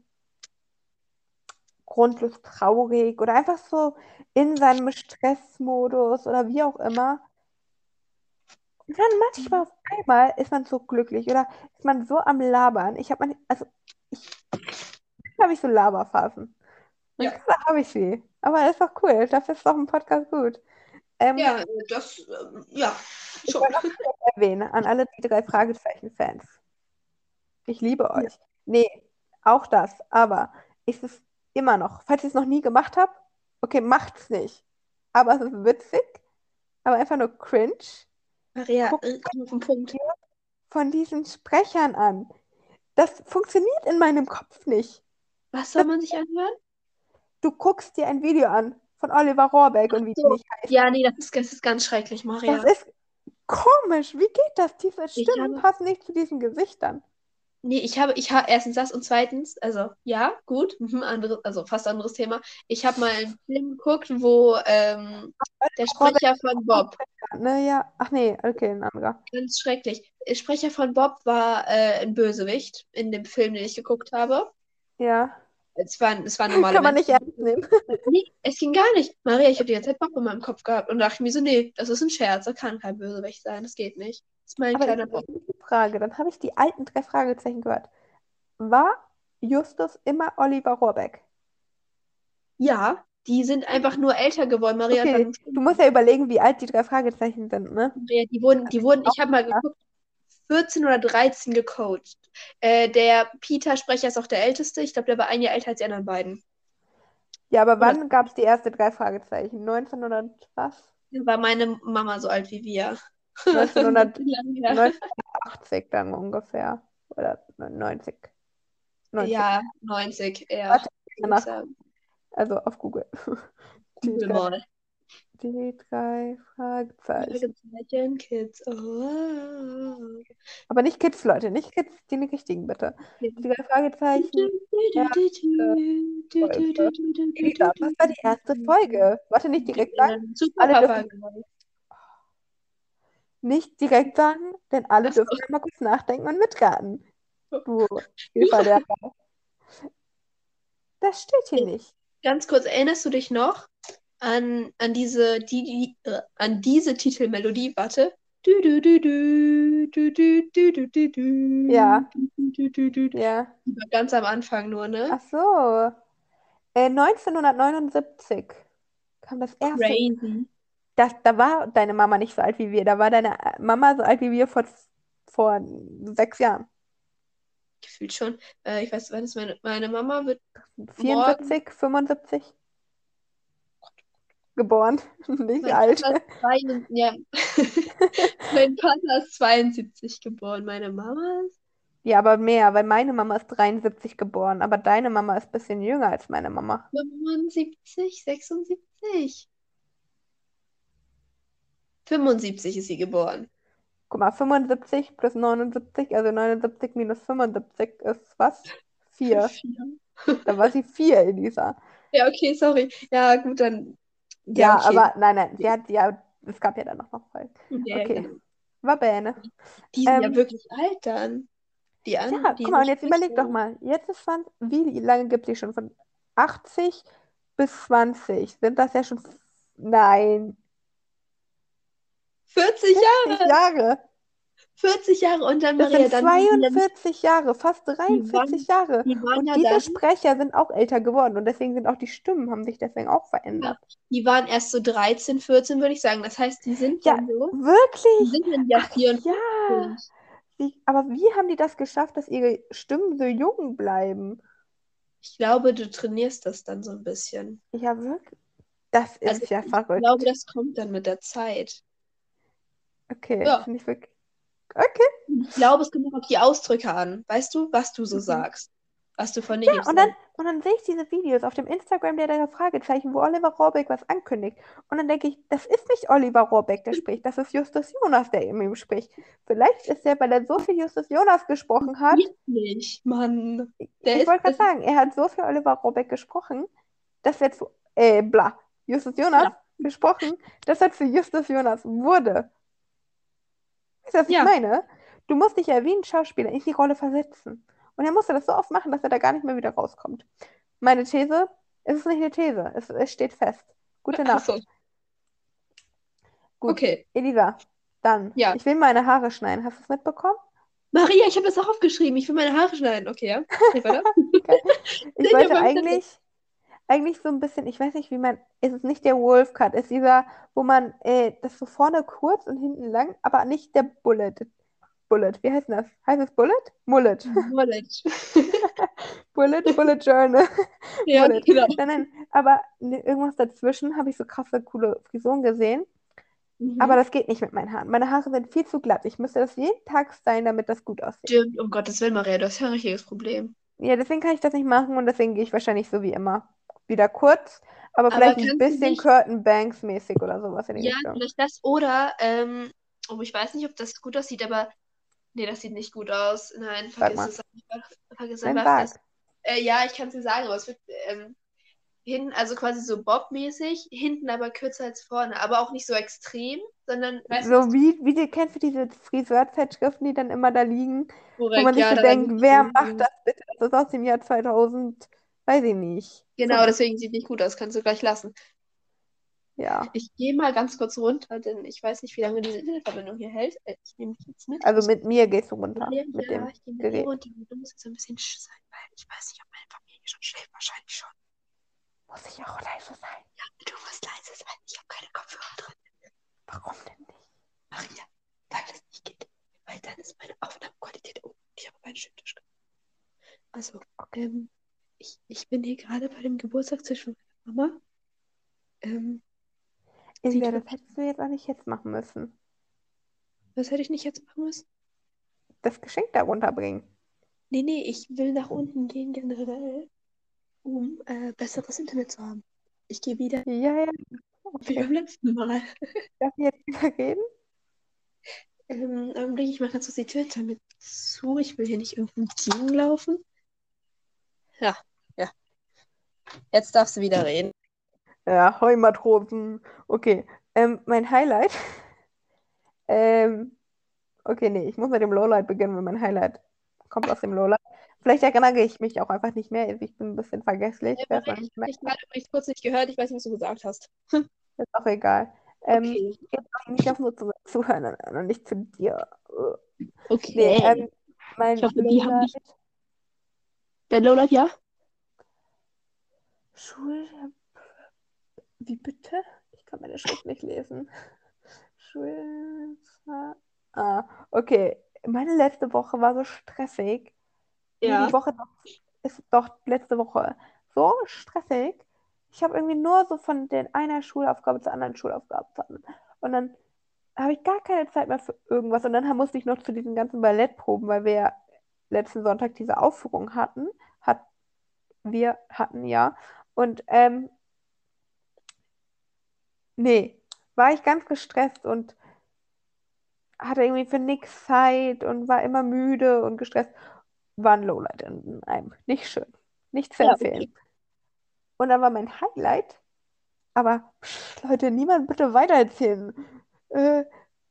grundlos traurig oder einfach so in seinem Stressmodus oder wie auch immer? Und dann manchmal auf einmal ist man so glücklich oder ist man so am Labern. Ich habe ich so Laberphasen. Und Ja. gerade habe ich sie. Aber ist doch cool. Dafür ist doch ein Podcast gut. Ähm, Ja, ja, Ich schon. wollte noch kurz erwähnen, an alle die drei Fragezeichen-Fans. Ich liebe Ja. euch. Nee, auch das. Aber ist es immer noch, falls ihr es noch nie gemacht habt, okay, macht's nicht. Aber es ist witzig, aber einfach nur cringe. Maria, Guckt komm auf den Punkt. ihr von diesen Sprechern an. Das funktioniert in meinem Kopf nicht. Was soll man sich anhören? Du guckst dir ein Video an von Oliver Rohrbeck und wie die So. nicht heißt. Ja, nee, das ist ganz schrecklich, Das Maria. ist komisch. Wie geht das? Diese Ich Stimmen habe, passen nicht zu diesen Gesichtern. nee, ich habe erstens das und zweitens, also ja, gut, also fast anderes Thema. Ich habe mal einen Film geguckt, wo der Rohrbeck, Sprecher von Bob, ne, ja. Ach nee, okay, ein anderer. ganz schrecklich, der Sprecher von Bob war ein Bösewicht in dem Film, den ich geguckt habe. Ja. Es waren normale Kann man nicht Menschen. ernst nehmen. Nee, es ging gar nicht. Maria, ich habe die ganze Zeit Bob in meinem Kopf gehabt und dachte mir so, nee, das ist ein Scherz, das kann kein Bösewicht sein, das geht nicht. Das ist mein Aber ich kleiner habe Bob. eine Frage. Dann habe ich die alten drei Fragezeichen gehört. War Justus immer Oliver Rohrbeck? Ja, die sind einfach nur älter geworden, Maria, und Okay, waren du musst ja überlegen, wie alt die drei Fragezeichen sind, ne? Maria, ich habe mal geguckt, 14 oder 13 gecoacht. Der Peter-Sprecher ist auch der Älteste. Ich glaube, der war ein Jahr älter als die anderen beiden. Ja, aber Oder? wann gab es die erste drei Fragezeichen? 1900 was? Da war meine Mama so alt wie wir. 1900, Wie lange her? 1980 dann ungefähr. Oder 90. 90. Ja, 90 eher, Warte, würde ich danach, sagen. also auf Google. Die Google drei, mal. die drei Fragezeichen. Fragezeichen, Kids. Oh. Aber nicht Kids, Leute, nicht Kids, die richtigen, bitte. Okay. Die drei Fragezeichen, erste Folge. Elisa, was war die erste Folge? Warte, nicht direkt sagen. Super Alle Papa. dürfen nicht direkt sagen, denn alle Achso. dürfen einmal kurz nachdenken und mitraten. Du Spielverderber. Das steht hier nicht. Ganz kurz, erinnerst du dich noch an an diese Titelmelodie? Warte. Du, du, du, du, du, du, du, du, du, du, Ja, du, du, du. ja. Die war ganz am Anfang nur, ne? Ach so. 1979 kam das erste. Crazy. Da war deine Mama nicht so alt wie wir. Da war deine Mama so alt wie wir vor 6 Jahren. Gefühlt schon. Ich weiß, wann ist meine Mama wird morgen. 74, 75 geboren. Nicht Mein alt. Papa ist 72, ja. Mein Papa ist 72 geboren. Meine Mama ist Ja, aber mehr, weil meine Mama ist 73 geboren, aber deine Mama ist ein bisschen jünger als meine Mama. 75, 76. 75 ist sie geboren. Guck mal, 75 plus 79, also 79 minus 75 ist was? 4. Vier. Da war sie 4, Elisa. Ja, okay, sorry. Ja, gut, dann. Ja, Ja, okay. aber nein, sie hat ja, es gab ja dann noch Folgen. Ja, Okay, genau. war Bähne. Die sind ja Ähm, wirklich alt dann. ja, guck Diese mal, und jetzt überleg doch Sprecher. mal, jetzt ist 20, wie lange gibt es die schon? Von 80 bis 20 sind das ja schon, nein, 40 40 Jahre. Jahre. 40 Jahre und dann, Das Maria, sind dann waren die ja nicht. 42 Jahre, fast Die 43 waren, Jahre. die waren Und ja diese dann. Sprecher sind auch älter geworden und deswegen sind auch die Stimmen, haben sich deswegen auch Ja, verändert. die waren erst so 13, 14, würde ich sagen. Das heißt, die sind Ja, dann so. Die wirklich? sind dann ja Ach ja. 54. Aber wie haben die das geschafft, dass ihre Stimmen so jung bleiben? Ich glaube, du trainierst das dann so ein bisschen. Ja, wirklich. Das Also, ist ja ich glaube, verrückt. das kommt dann mit der Zeit. Okay, Ja. finde ich wirklich. Okay. Ich glaube, es kommt auch auf die Ausdrücke an. Weißt du, was du so Mhm. sagst? Was du von dir Ja, gibst. und dann sehe ich diese Videos auf dem Instagram der drei Fragezeichen, wo Oliver Rohrbeck was ankündigt. Und dann denke ich, das ist nicht Oliver Rohrbeck, der spricht, das ist Justus Jonas, der in ihm spricht. Vielleicht ist er, weil er so viel Justus Jonas gesprochen hat, Wirklich, Mann. ich wollte gerade Das ist sagen, er hat so viel Oliver Rohrbeck gesprochen, dass er zu, Justus Jonas klar. gesprochen, dass er zu Justus Jonas wurde. Weißt du, was ich Ja, meine? Du musst dich ja wie ein Schauspieler in die Rolle versetzen. Und er musste das so oft machen, dass er da gar nicht mehr wieder rauskommt. Meine These, es ist nicht eine These, es steht fest. Gute achso, Nacht. Gut, okay. Elisa, dann, Ja. ich will meine Haare schneiden. Hast du es mitbekommen? Maria, ich habe das auch aufgeschrieben. Ich will meine Haare schneiden. Okay, ja. Red weiter. Okay. Ich Ich habe wollte meinen Zettel. eigentlich so ein bisschen, ich weiß nicht, wie man, es ist nicht der Wolf Cut, es ist dieser, wo man das so vorne kurz und hinten lang, aber nicht der Bullet. Bullet, wie heißt denn das? Heißt es Bullet? Mullet. Knowledge. Bullet Journal. Ja, Mullet. genau. Nein, aber irgendwas dazwischen habe ich so krasse, coole Frisuren gesehen. Aber Mhm. das geht nicht mit meinen Haaren. Meine Haare sind viel zu glatt. Ich müsste das jeden Tag stylen, damit das gut aussieht. Stimmt, um Gottes Willen, Maria, du hast ja ein richtiges Problem. Ja, deswegen kann ich das nicht machen und deswegen gehe ich wahrscheinlich so wie immer. Wieder kurz, aber Aber vielleicht ein kannst du bisschen nicht, Curtain Banks mäßig oder sowas in die ja, Richtung. vielleicht das oder, ich weiß nicht, ob das gut aussieht, aber nee, das sieht nicht gut aus. Nein, Sag vergiss mal. es einfach. Vergiss Nein, einfach das. sag. Ja, ich kann es dir sagen, aber es wird hinten, also quasi so Bob-mäßig, hinten aber kürzer als vorne, aber auch nicht so extrem, sondern, weißt du, was So kennst du diese Friseurzeitschriften, die dann immer da liegen, wo man korrekt, sich ja, so da denkt, nicht wer macht so. das bitte? Das ist aus dem Jahr 2000, weiß ich nicht. Genau, Fünf. deswegen sieht nicht gut aus, kannst du gleich lassen. Ja. Ich gehe mal ganz kurz runter, denn ich weiß nicht, wie lange diese Internetverbindung hier hält. Ich nehme dich jetzt mit. Ich Also muss mit mir gehst du runter, ja, mit ja, dem ich gehe mit dir Gerät. runter. Du musst jetzt ein bisschen sein, weil ich weiß nicht, ob meine Familie schon schläft. Wahrscheinlich schon. Muss ich auch leise sein? Ja, du musst leise sein. Ich habe keine Kopfhörer drin. Warum denn nicht? Maria, weil das nicht geht. Weil dann ist meine Aufnahmequalität. Oh, ich habe meinen Schreibtisch. Also, ich bin hier gerade bei dem Geburtstagstisch von meiner Mama. Ähm, Elisa, das hättest du jetzt auch nicht jetzt machen müssen. Was hätte ich nicht jetzt machen müssen? Das Geschenk da runterbringen. Nee, ich will nach unten gehen generell, um besseres Internet zu haben. Ich gehe wieder Ja, wie beim okay. letzten Mal. Darf ich jetzt wieder reden? Augenblick, ich mache ganz kurz die Tür damit zu. Ich will hier nicht irgendwo gegenlaufen. Ja. Jetzt darfst du wieder reden. Ja, Heumatrosen. Okay. Mein Highlight. Okay, nee, ich muss mit dem Lowlight beginnen, weil mein Highlight kommt aus dem Lowlight. Vielleicht erinnere ich mich auch einfach nicht mehr. Ich bin ein bisschen vergesslich. Wer es noch nicht merkt, Ich habe dich kurz nicht gehört. Ich weiß nicht, was du gesagt hast. ist auch egal. Okay. Jetzt mache ich mich auf nur zu zuhören und nicht zu dir. Okay. Nee, Ich mein hoffe, die haben Lowlight. nicht. Der Lowlight, ja? Schul. Wie bitte? Ich kann meine Schrift nicht lesen. Schul. Okay. Meine letzte Woche war so stressig. Nee, Ja. die Woche ist doch letzte Woche so stressig. Ich habe irgendwie nur so von den einer Schulaufgabe zur anderen Schulaufgabe fahren. Und dann habe ich gar keine Zeit mehr für irgendwas. Und dann musste ich noch zu diesen ganzen Ballettproben, weil wir ja letzten Sonntag diese Aufführung hatten. Wir hatten ja. Und nee, war ich ganz gestresst und hatte irgendwie für nichts Zeit und war immer müde und gestresst. War ein Lowlight in einem. Nicht schön. Nicht zu Ja, okay. empfehlen. Und dann war mein Highlight, aber Leute, niemand bitte weitererzählen. Äh,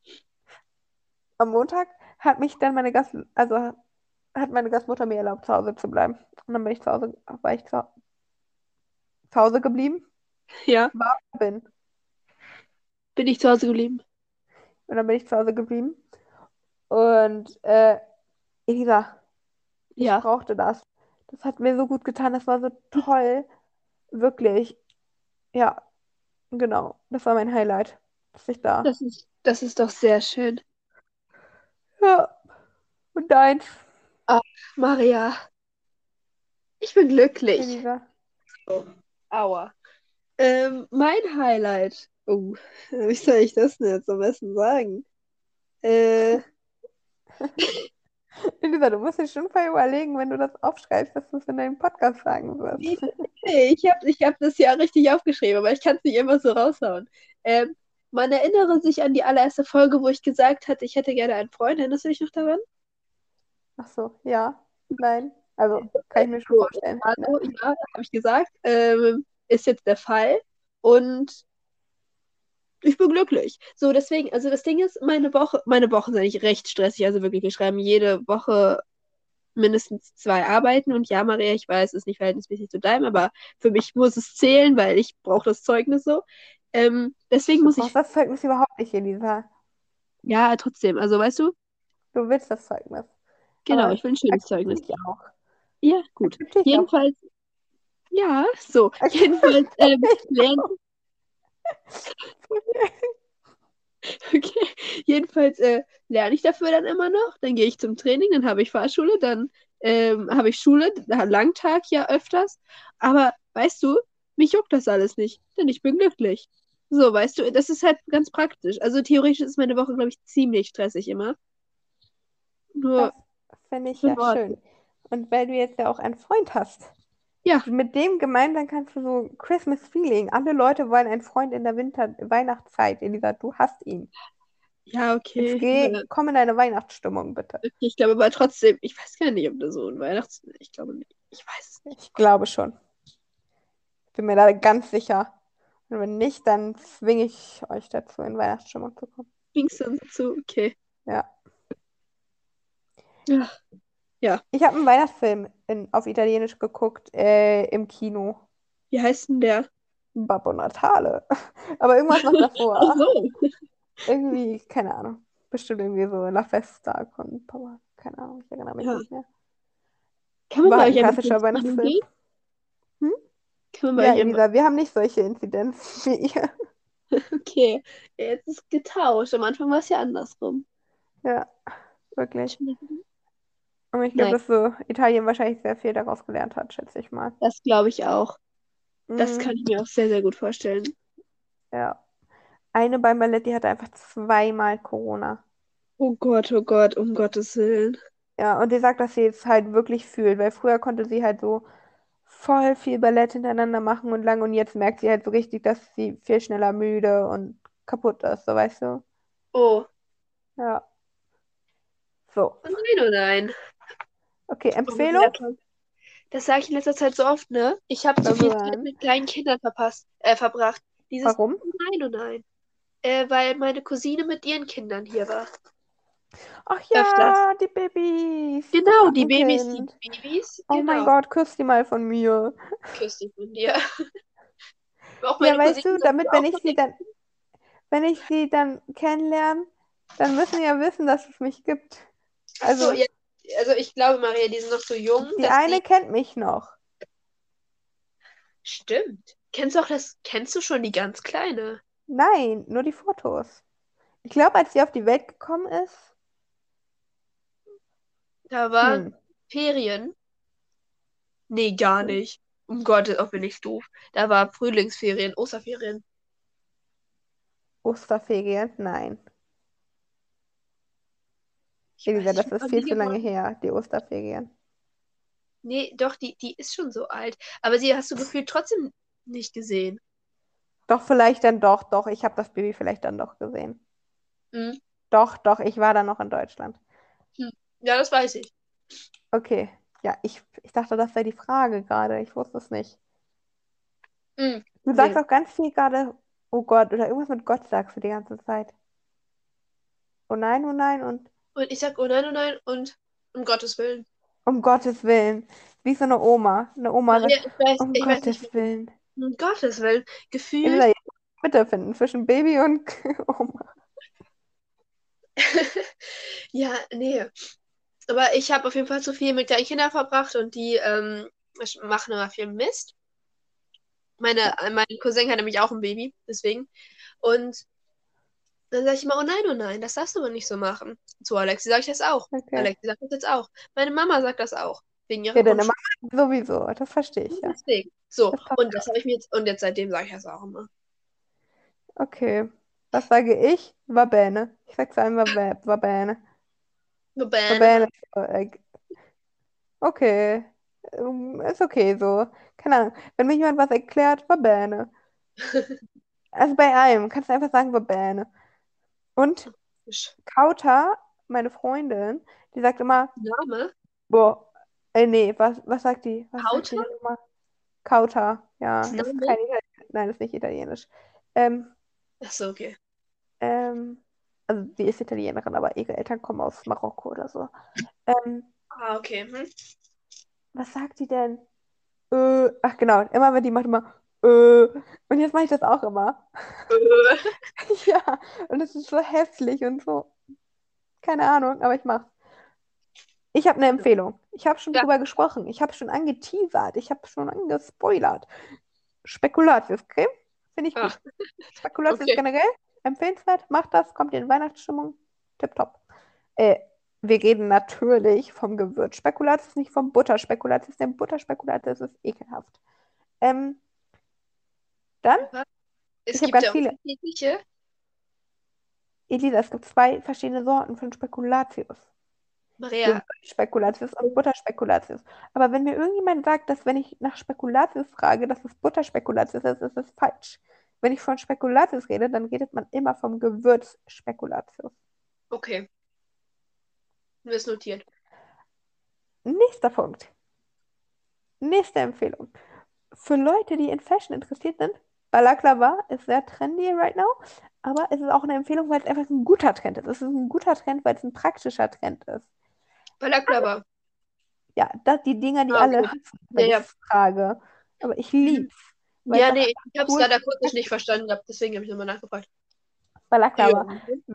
Am Montag hat mich dann hat meine Gastmutter mir erlaubt, zu Hause zu bleiben. Und dann war ich zu Hause geblieben, Ja. bin. Bin ich zu Hause geblieben? Und dann bin ich zu Hause geblieben. Und Elisa, ich Ja. brauchte das. Das hat mir so gut getan, das war so toll. Wirklich. Ja, genau. Das war mein Highlight, dass ich da. Das ist doch sehr schön. Ja, und deins, Ach, Maria, ich bin glücklich. Elisa. Aua. Mein Highlight. Oh, wie soll ich das denn jetzt am besten sagen? Äh, Elisa, du musst dir schon mal überlegen, wenn du das aufschreibst, dass du es in deinem Podcast sagen nee, wirst. ich hab das ja richtig aufgeschrieben, aber ich kann es nicht immer so raushauen. Ähm, Man erinnere sich an die allererste Folge, wo ich gesagt hatte, ich hätte gerne einen Freund. Erinnerst du dich noch daran? Ach so, ja, nein. Also, kann Äh, ich mir schon so, vorstellen. Ne? also, ja, habe ich gesagt. Ist jetzt der Fall. Und ich bin glücklich. So, deswegen, also das Ding ist, meine Wochen sind eigentlich recht stressig. Also wirklich, wir schreiben jede Woche mindestens 2 Arbeiten. Und ja, Maria, ich weiß, es ist nicht verhältnismäßig zu deinem, aber für mich muss es zählen, weil ich brauche das Zeugnis so. Deswegen Du muss brauchst ich, das Zeugnis überhaupt nicht, Elisa. ja, trotzdem, also weißt du, Du willst das Zeugnis. genau, Aber ich will ein schönes Zeugnis. akzeptiere ich auch. Ja, gut. Akzeptiere ich auch. Jedenfalls, ja, so. Akzeptiere Jedenfalls ich lernen, auch. okay. Jedenfalls lerne ich dafür dann immer noch. Dann gehe ich zum Training, dann habe ich Fahrschule, dann habe ich Schule, Langtag ja öfters. Aber weißt du, mich juckt das alles nicht, denn ich bin glücklich. So, weißt du, das ist halt ganz praktisch. Also theoretisch ist meine Woche, glaube ich, ziemlich stressig immer. Das Nur finde ich in ja Ordnung. schön. Und weil du jetzt ja auch einen Freund hast. Ja, Mit dem gemeinsam kannst du so Christmas Feeling. Alle Leute wollen einen Freund in der Weihnachtszeit. Elisa, du hast ihn. ja, Jetzt okay. komm in deine Weihnachtsstimmung, bitte. Ich glaube aber trotzdem, ich weiß gar nicht, ob das so ein Ich glaube nicht. Ich weiß es nicht. Ich glaube schon. Bin mir da ganz sicher. Und wenn nicht, dann zwinge ich euch dazu, in Weihnachtsstimmung zu kommen. Ging's dann so? Okay. Ja. Ja. Ja. Ich habe einen Weihnachtsfilm auf Italienisch geguckt, im Kino. Wie heißt denn der? Babbo Natale. Aber irgendwas noch Ach davor. so. Irgendwie, keine Ahnung. Bestimmt irgendwie so La Festa con Papa. Keine Ahnung, ich erinnere mich Ja. nicht mehr. Kann man War bei halt euch ein eigentlich klassischer ins Kino Weihnachtsfilm. gehen? Hm? Kann man bei Ja, euch einfach. Elisa, wir haben nicht solche Inzidenzen wie ihr. Okay. Ja, jetzt ist getauscht. Am Anfang war es ja andersrum. Ja, wirklich. Entschuldigung. Und ich glaube, Nein, dass so Italien wahrscheinlich sehr viel daraus gelernt hat, schätze ich mal. das glaube ich auch. Das Mhm, kann ich mir auch sehr, sehr gut vorstellen. ja. Eine beim Ballett, die hatte einfach zweimal Corona. Oh Gott, um Gottes Willen. Ja, und die sagt, dass sie es halt wirklich fühlt, weil früher konnte sie halt so voll viel Ballett hintereinander machen und lang und jetzt merkt sie halt so richtig, dass sie viel schneller müde und kaputt ist, so weißt du? Oh, Ja, so. oh nein, oh nein. Okay, Oh, Maria, Empfehlung? das sage ich in letzter Zeit so oft, ne? Ich habe zu Soll so viel Zeit sein. mit kleinen Kindern verbracht. Dieses, Warum? oh nein, oh nein. Weil meine Cousine mit ihren Kindern hier war. Ach Öfters. ja, die Babys, das Genau, die Babys, die Pattenkind. Babys, Oh mein genau. Gott, küss die mal von mir. Küss dich von dir. Auch Ja, meine weißt Cousine du, sagt damit, auch von dir. wenn ich sie dann kennenlerne, dann müssen sie ja wissen, dass es mich gibt. Ach so, Also, ja. Also ich glaube, Maria, die sind noch so jung, die dass eine die. kennt mich noch. Stimmt. Kennst du schon die ganz Kleine? Nein, nur die Fotos. Ich glaube, als sie auf die Welt gekommen ist, Da waren hm, Ferien. Nee, gar nicht. Um Gottes, auch bin ich doof. Da war Frühlingsferien, Osterferien. Osterferien, nein. Ich weiß Elisa, nicht, das ist wann viel die zu lange geboren. her, die Osterferien. Nee, doch, die ist schon so alt. Aber sie hast du gefühlt trotzdem nicht gesehen. Doch, vielleicht dann doch, doch. Ich habe das Baby vielleicht dann doch gesehen. Hm. Doch, doch, ich war dann noch in Deutschland. Hm. Ja, das weiß ich. Okay, ja, ich dachte, das sei die Frage gerade. Ich wusste es nicht. Hm. Du sagst Nee. auch ganz viel gerade, oh Gott, oder irgendwas mit Gott sagst du die ganze Zeit. Oh nein und Und ich sag, oh nein und um Gottes Willen. um Gottes Willen. Wie so eine Oma. Eine Oma Maria, sagt, um ich weiß nicht Gottes warum. Willen. Um Gottes Willen. Elisa, Gefühlt. jetzt Mitte finden zwischen Baby und Oma. Ja, nee. Aber ich habe auf jeden Fall zu viel mit kleinen Kindern verbracht und die machen immer viel Mist. Ja, Mein Cousin hat nämlich auch ein Baby, deswegen. Und dann sage ich immer, oh nein, das darfst du aber nicht so machen. Zu Alexi sage ich das auch. okay. Alexi sagt das jetzt auch. Meine Mama sagt das auch. Wegen ihrer Ja, deine Grundschule. Mama sowieso, das verstehe ich ja. Deswegen. So, Das passt und das schon. habe ich mir jetzt, und jetzt seitdem sage ich das auch immer. Okay. Was sage ich? Va bene. Ich sage zu einem va bene. Va Bäh, bene. Okay. Ist okay so. Keine Ahnung. Wenn mir jemand was erklärt, va bene. Also bei allem kannst du einfach sagen, va bene. Und Kauta, meine Freundin, die sagt immer, Name? boah, nee, was sagt die? Was sagt die Kauter? denn immer? Kauta, ja, das ist Name? kein Italienisch. Nein, das ist nicht Italienisch. Ähm, Achso, okay. ähm, also die ist Italienerin, aber ihre Eltern kommen aus Marokko oder so. Ähm, Ah, okay. Hm. was sagt die denn? Ach genau, immer wenn die macht immer äh, und jetzt mache ich das auch immer. Ja, und es ist so hässlich und so, keine Ahnung, aber ich mach's. Ich habe eine Empfehlung. Ich habe schon Ja. drüber gesprochen. Ich habe schon angeteasert. Ich habe schon angespoilert. Spekulatius-Creme finde ich Ah, gut. Spekulatius okay. generell empfehlenswert. Macht das, kommt in Weihnachtsstimmung. Tipptopp. Äh, wir reden natürlich vom Gewürz Spekulatius, nicht vom Butterspekulatius, denn Butterspekulatius ist ekelhaft. Ähm, dann, Was? Es ich habe gibt ganz ja viele. unterschiedliche. Elisa, es gibt zwei verschiedene Sorten von Spekulatius. Maria, Gewürzspekulatius und Butterspekulatius. Aber wenn mir irgendjemand sagt, dass wenn ich nach Spekulatius frage, dass es Butterspekulatius ist, ist es falsch. Wenn ich von Spekulatius rede, dann redet man immer vom Gewürzspekulatius. okay. Mir ist notiert. Nächster Punkt. Nächste Empfehlung. Für Leute, die in Fashion interessiert sind, Balaklava ist sehr trendy right now, aber es ist auch eine Empfehlung, weil es einfach ein guter Trend ist. Es ist ein guter Trend, weil es ein praktischer Trend ist. Balaklava. Ja, die Dinger, die Ah, alle okay. hassen, Ja, wenn ich ja. es trage. Aber ich Mhm. lieb's, weil es Ja, auch nee, einfach ich habe es cool gerade akustisch nicht verstanden gehabt, deswegen habe ich nochmal nachgefragt. Ja. Balaklava.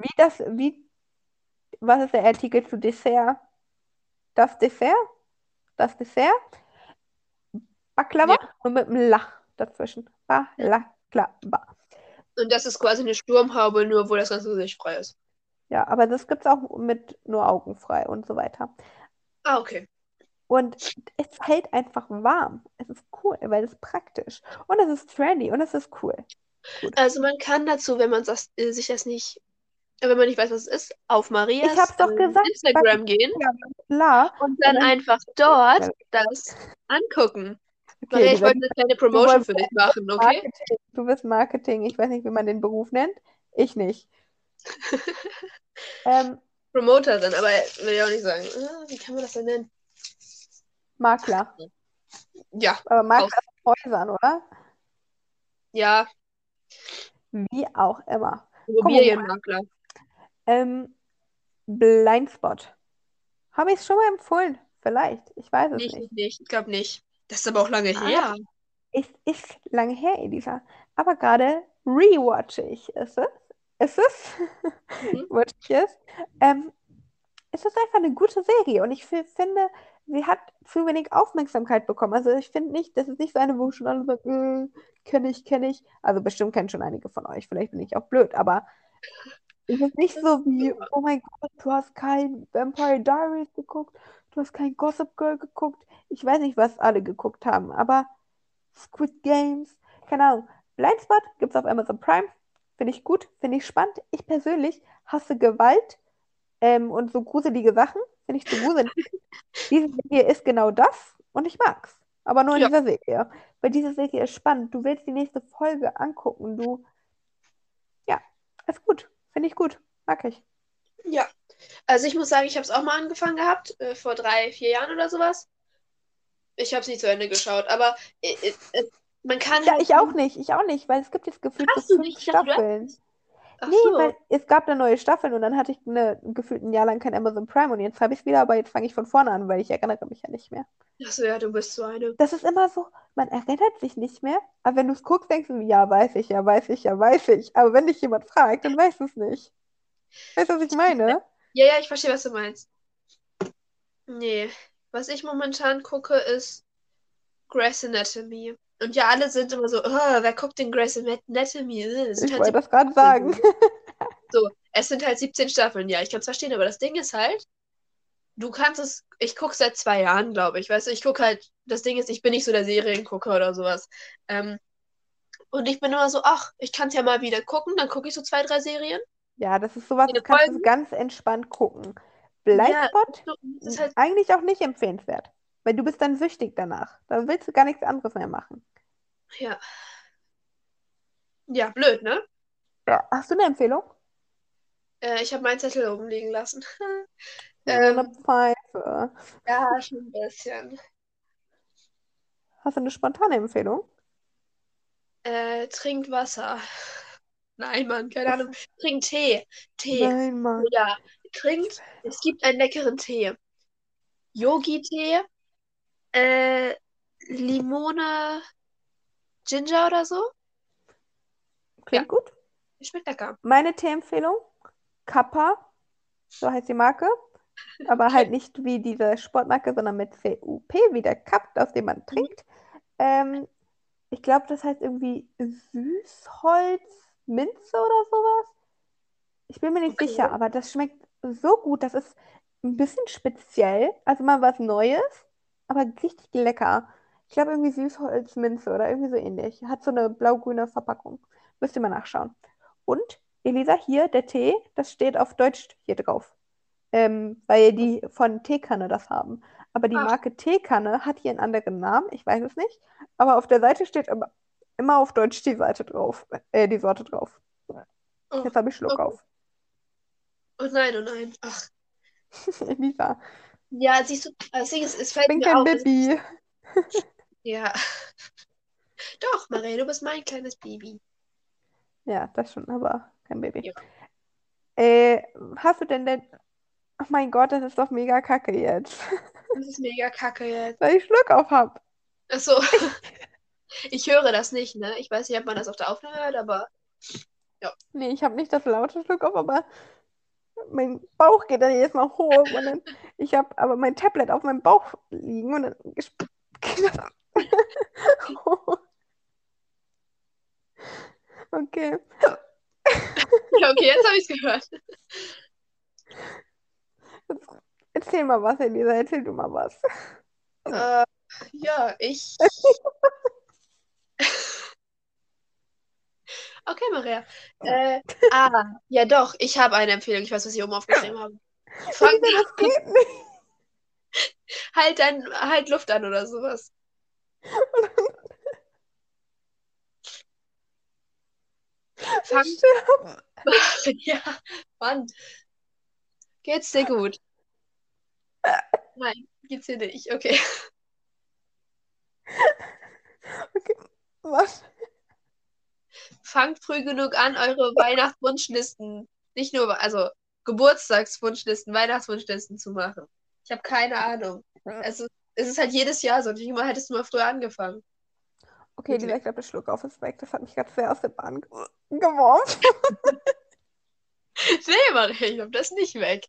Was ist der Artikel zu Dessert? Das Dessert? Das Dessert? Baklava? Ja. Und mit einem La dazwischen. Balaklava. Und das ist quasi eine Sturmhaube, nur wo das ganze Gesicht frei ist. Ja, aber das gibt es auch mit nur Augen frei und so weiter. Ah, okay. Und es hält einfach warm. Es ist cool, weil es ist praktisch. Und es ist trendy und es ist cool. Gut. Also man kann dazu, wenn man sich das nicht, wenn man nicht weiß, was es ist, auf Ich Marias hab's doch gesagt. Instagram gehen Ja, klar. und Und dann dann, einfach dort das angucken. okay, Maria, ich Lisa, wollte eine kleine du Promotion wolltest für dich machen, okay? Marketing. Du bist Marketing. Ich weiß nicht, wie man den Beruf nennt. Ich nicht. Ähm, Promoter dann, aber will ich auch nicht sagen. Wie kann man das denn nennen? Makler. Ja, Aber auch. Makler von Häusern, oder? Ja, Wie auch immer. Gucken wir mal. Immobilienmakler. Ähm, Blindspot. Habe ich es schon mal empfohlen? Vielleicht. Ich weiß es Nicht, nicht. nicht, nicht. Ich glaube nicht. Das ist aber auch lange Aber her. es ist lange her, Elisa. Aber gerade rewatche ich es. Ist es? Mhm. Watch ich es? Ähm, Es ist einfach eine gute Serie und ich finde, sie hat zu wenig Aufmerksamkeit bekommen. Also ich finde nicht, das ist nicht so eine, wo schon alle sagen, kenne ich, kenne ich. Also bestimmt kennen schon einige von euch. Vielleicht bin ich auch blöd, aber es ist nicht Das so ist wie, super. oh mein Gott, du hast kein Vampire Diaries geguckt, du hast kein Gossip Girl geguckt. Ich weiß nicht, was alle geguckt haben, aber Squid Games, keine Ahnung. Blindspot gibt es auf Amazon Prime. Finde ich gut, finde ich spannend. Ich persönlich hasse Gewalt und so gruselige Sachen. Finde ich zu gruselig. Diese Serie ist genau das und ich mag's. Aber nur in Ja, dieser Serie. Weil diese Serie ist spannend. Du willst die nächste Folge angucken. Ja, ist gut. Finde ich gut. Mag ich. ja. Also ich muss sagen, ich habe es auch mal angefangen gehabt, vor 3, 4 Jahren oder sowas. Ich habe es nicht zu Ende geschaut, aber man kann Ja, halt. ich auch nicht. Ich auch nicht, weil es gibt jetzt gefühlt so Hast du 5 nicht? Ich dachte, du hast. Staffeln. Ach Nee, so. weil es gab da neue Staffeln und dann hatte ich gefühlt ein Jahr lang kein Amazon Prime und jetzt habe ich es wieder, aber jetzt fange ich von vorne an, weil ich erinnere mich ja nicht mehr. Ach so, ja, du bist so eine. Das ist immer so, man erinnert sich nicht mehr, aber wenn du es guckst, denkst du, ja, weiß ich, ja, weiß ich, ja, weiß ich. Aber wenn dich jemand fragt, dann weißt du es nicht. Weißt du, was ich meine? Ja, ja, ich verstehe, was du meinst. Nee. Was ich momentan gucke, ist Grey's Anatomy. Und ja, alle sind immer so, wer guckt denn Grey's Anatomy? Es sind Ich halt wollte 17 das gerade sagen. Staffeln. So, es sind halt 17 Staffeln. Ja, ich kann es verstehen, aber das Ding ist halt, du kannst es, ich gucke seit 2 Jahren, glaube ich. Weißt du, ich gucke halt, das Ding ist, ich bin nicht so der Seriengucker oder sowas. Ähm, und ich bin immer so, ach, ich kann es ja mal wieder gucken, dann gucke ich so 2, 3 Serien, Ja, das ist sowas, viele das kannst du Folgen. ganz entspannt gucken. Ja, Blindspot, so, das ist halt, eigentlich auch nicht empfehlenswert, weil du bist dann süchtig danach. Dann willst du gar nichts anderes mehr machen. ja, ja, blöd, ne? Ja. Hast du eine Empfehlung? Ich habe meinen Zettel oben liegen lassen. So eine Ähm, Pfeife. ja, schon ein bisschen. Hast du eine spontane Empfehlung? Trinkt Wasser. Nein, Mann, keine Ahnung. Trinkt Tee. Tee. Nein, Oh Mann. ja, Ich trinkt. will. Es gibt einen leckeren Tee. Yogi-Tee, äh, Limone, Ginger oder so. Ja, Klingt gut. schmeckt lecker. Meine Teeempfehlung, Kappa, so heißt die Marke, aber Okay. halt nicht wie diese Sportmarke, sondern mit CUP, wie der Cup, aus dem man Mhm. trinkt. Ähm, Ich glaube, das heißt irgendwie Süßholz, Minze oder sowas. Ich bin mir nicht sicher, Okay. aber das schmeckt so gut. Das ist ein bisschen speziell, also mal was Neues, aber richtig lecker. Ich glaube irgendwie Süßholz, Minze oder irgendwie so ähnlich. Hat so eine blau-grüne Verpackung. Müsst ihr mal nachschauen. Und Elisa, hier, der Tee, das steht auf Deutsch hier drauf, weil die von Teekanne das haben. Aber die Ach, Marke Teekanne hat hier einen anderen Namen, ich weiß es nicht. Aber auf der Seite steht immer auf Deutsch die Seite drauf, die Sorte drauf. oh, Jetzt habe ich Schluck okay. auf. Oh nein, oh nein. Ach. Elisa, Ja, siehst du, das Ding ist, es ich fällt bin mir kein auf. Baby. Ja. Doch, Marie, du bist mein kleines Baby. Ja, das schon, aber kein Baby. Ja, Äh, Hast du denn oh mein Gott, das ist doch mega kacke jetzt, das ist mega kacke jetzt. weil ich Schluck auf habe. Ach so, ich höre das nicht, ne? Ich weiß nicht, ob man das auf der Aufnahme hört, aber ja. Nee, ich habe nicht das laute Schluck auf, aber mein Bauch geht dann jedes Mal hoch und dann, ich habe aber mein Tablet auf meinem Bauch liegen und dann geht das hoch. Okay. Ja, okay, jetzt habe ich es gehört. Jetzt erzähl mal was, Elisa, erzähl du mal was. Äh, ja, Maria. Ja doch, ich habe eine Empfehlung. Ich weiß, was ich oben aufgeschrieben habe. Fang Lisa, das geht nicht. halt Luft an oder sowas. Fang. Stimmt. Ja, Mann. Geht's dir gut? Nein, geht's dir nicht. Okay. Okay, was? Fangt früh genug an, eure Weihnachtswunschlisten, nicht nur, also Geburtstagswunschlisten, Weihnachtswunschlisten zu machen. Ich habe keine Ahnung. Es ist halt jedes Jahr so. Nicht immer hättest du mal früher angefangen. Okay, Lisa, Wirklich. ich glaube, der Schluck auf ist weg. Das hat mich gerade sehr aus der Bahn geworfen. Nee, Maria, ich hab das nicht weg.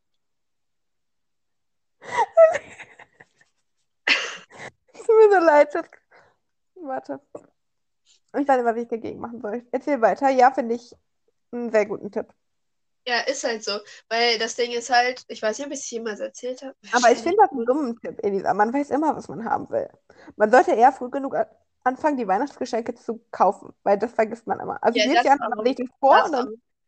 Es tut mir so leid. Warte. Ich weiß nicht, was ich dagegen machen soll. Erzähl weiter. Ja, finde ich einen sehr guten Tipp. Ja, ist halt so. Weil das Ding ist halt, ich weiß nicht, ob ich es jemals erzählt habe. Aber ich Wahrscheinlich. finde das einen dummen Tipp, Elisa. Man weiß immer, was man haben will. Man sollte eher früh genug anfangen, die Weihnachtsgeschenke zu kaufen, weil das vergisst man immer. Also Ja, jedes das Jahr auch. legt es vor Das und auch. dann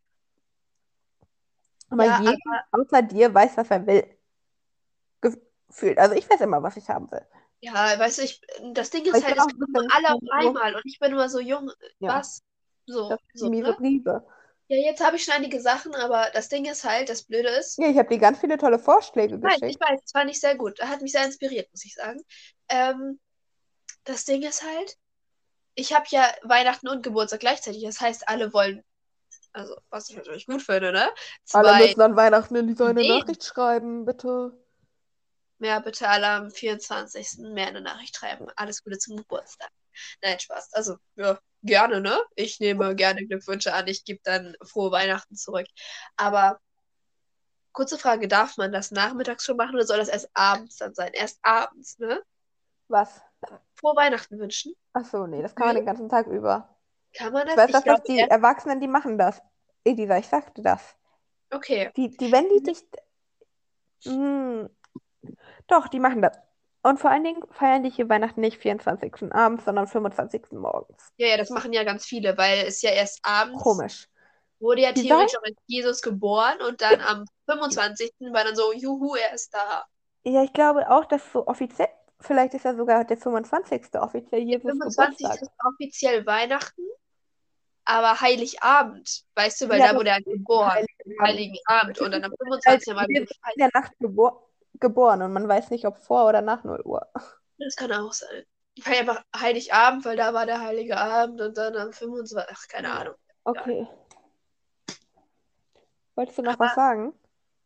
aber Ja, jeder außer dir weiß, was er will. Gefühlt. Also ich weiß immer, was ich haben will. ja, weißt du, das Ding Aber ist ich halt, bin es auch ein kommen immer bisschen alle auf so, einmal und ich bin immer so jung, ja, was? das So, ist die miese ne? Brise. Ja, jetzt habe ich schon einige Sachen, aber das Ding ist halt, das Blöde ist, Ja, ich habe dir ganz viele tolle Vorschläge ich geschickt. weiß, es war nicht sehr gut. Er hat mich sehr inspiriert, muss ich sagen. Ähm, Das Ding ist halt, ich habe ja Weihnachten und Geburtstag gleichzeitig. Das heißt, alle wollen, also was ich natürlich gut finde, ne? Alle Zwei müssen an Weihnachten in Lisa eine Ideen. Nachricht schreiben, bitte. Mehr bitte alle am 24. mehr eine Nachricht schreiben. Alles Gute zum Geburtstag. Nein, Spaß. Also, ja, gerne, ne? Ich nehme gerne Glückwünsche an. Ich gebe dann frohe Weihnachten zurück. Aber kurze Frage, darf man das nachmittags schon machen oder soll das erst abends dann sein? Erst abends, ne? Was? Frohe Weihnachten wünschen? Ach so, nee, das kann man Früh? den ganzen Tag über. Kann man Ich das? weiß, Ich dass das glaube die erst. Erwachsenen, die machen das. Elisa, ich sagte das. Okay. Wenn die dich. Hm, doch, die machen das. Und vor allen Dingen feiern die hier Weihnachten nicht 24. abends, sondern 25. morgens. Ja, ja, das machen ja ganz viele, weil es ja erst abends Komisch. wurde ja Die sagen, theoretisch auch Jesus geboren und dann am 25. war dann so, juhu, er ist da. ja, ich glaube auch, dass so offiziell, vielleicht ist ja sogar der 25. offiziell Der Jesus 25. Geburtstag. ist offiziell Weihnachten, aber Heiligabend, weißt du, weil Ja, da das wurde er ist geboren. Heiligabend. Heiligen Abend. Und dann Jesus am ist halt 25. Mal Jesus ist in der Nacht geboren und man weiß nicht, ob vor oder nach 0 Uhr. das kann auch sein. Ich feiere einfach Heiligabend, weil da war der Heilige Abend und dann am 25. Ach, keine Ahnung. Egal. Okay. Wolltest du noch was Aber sagen?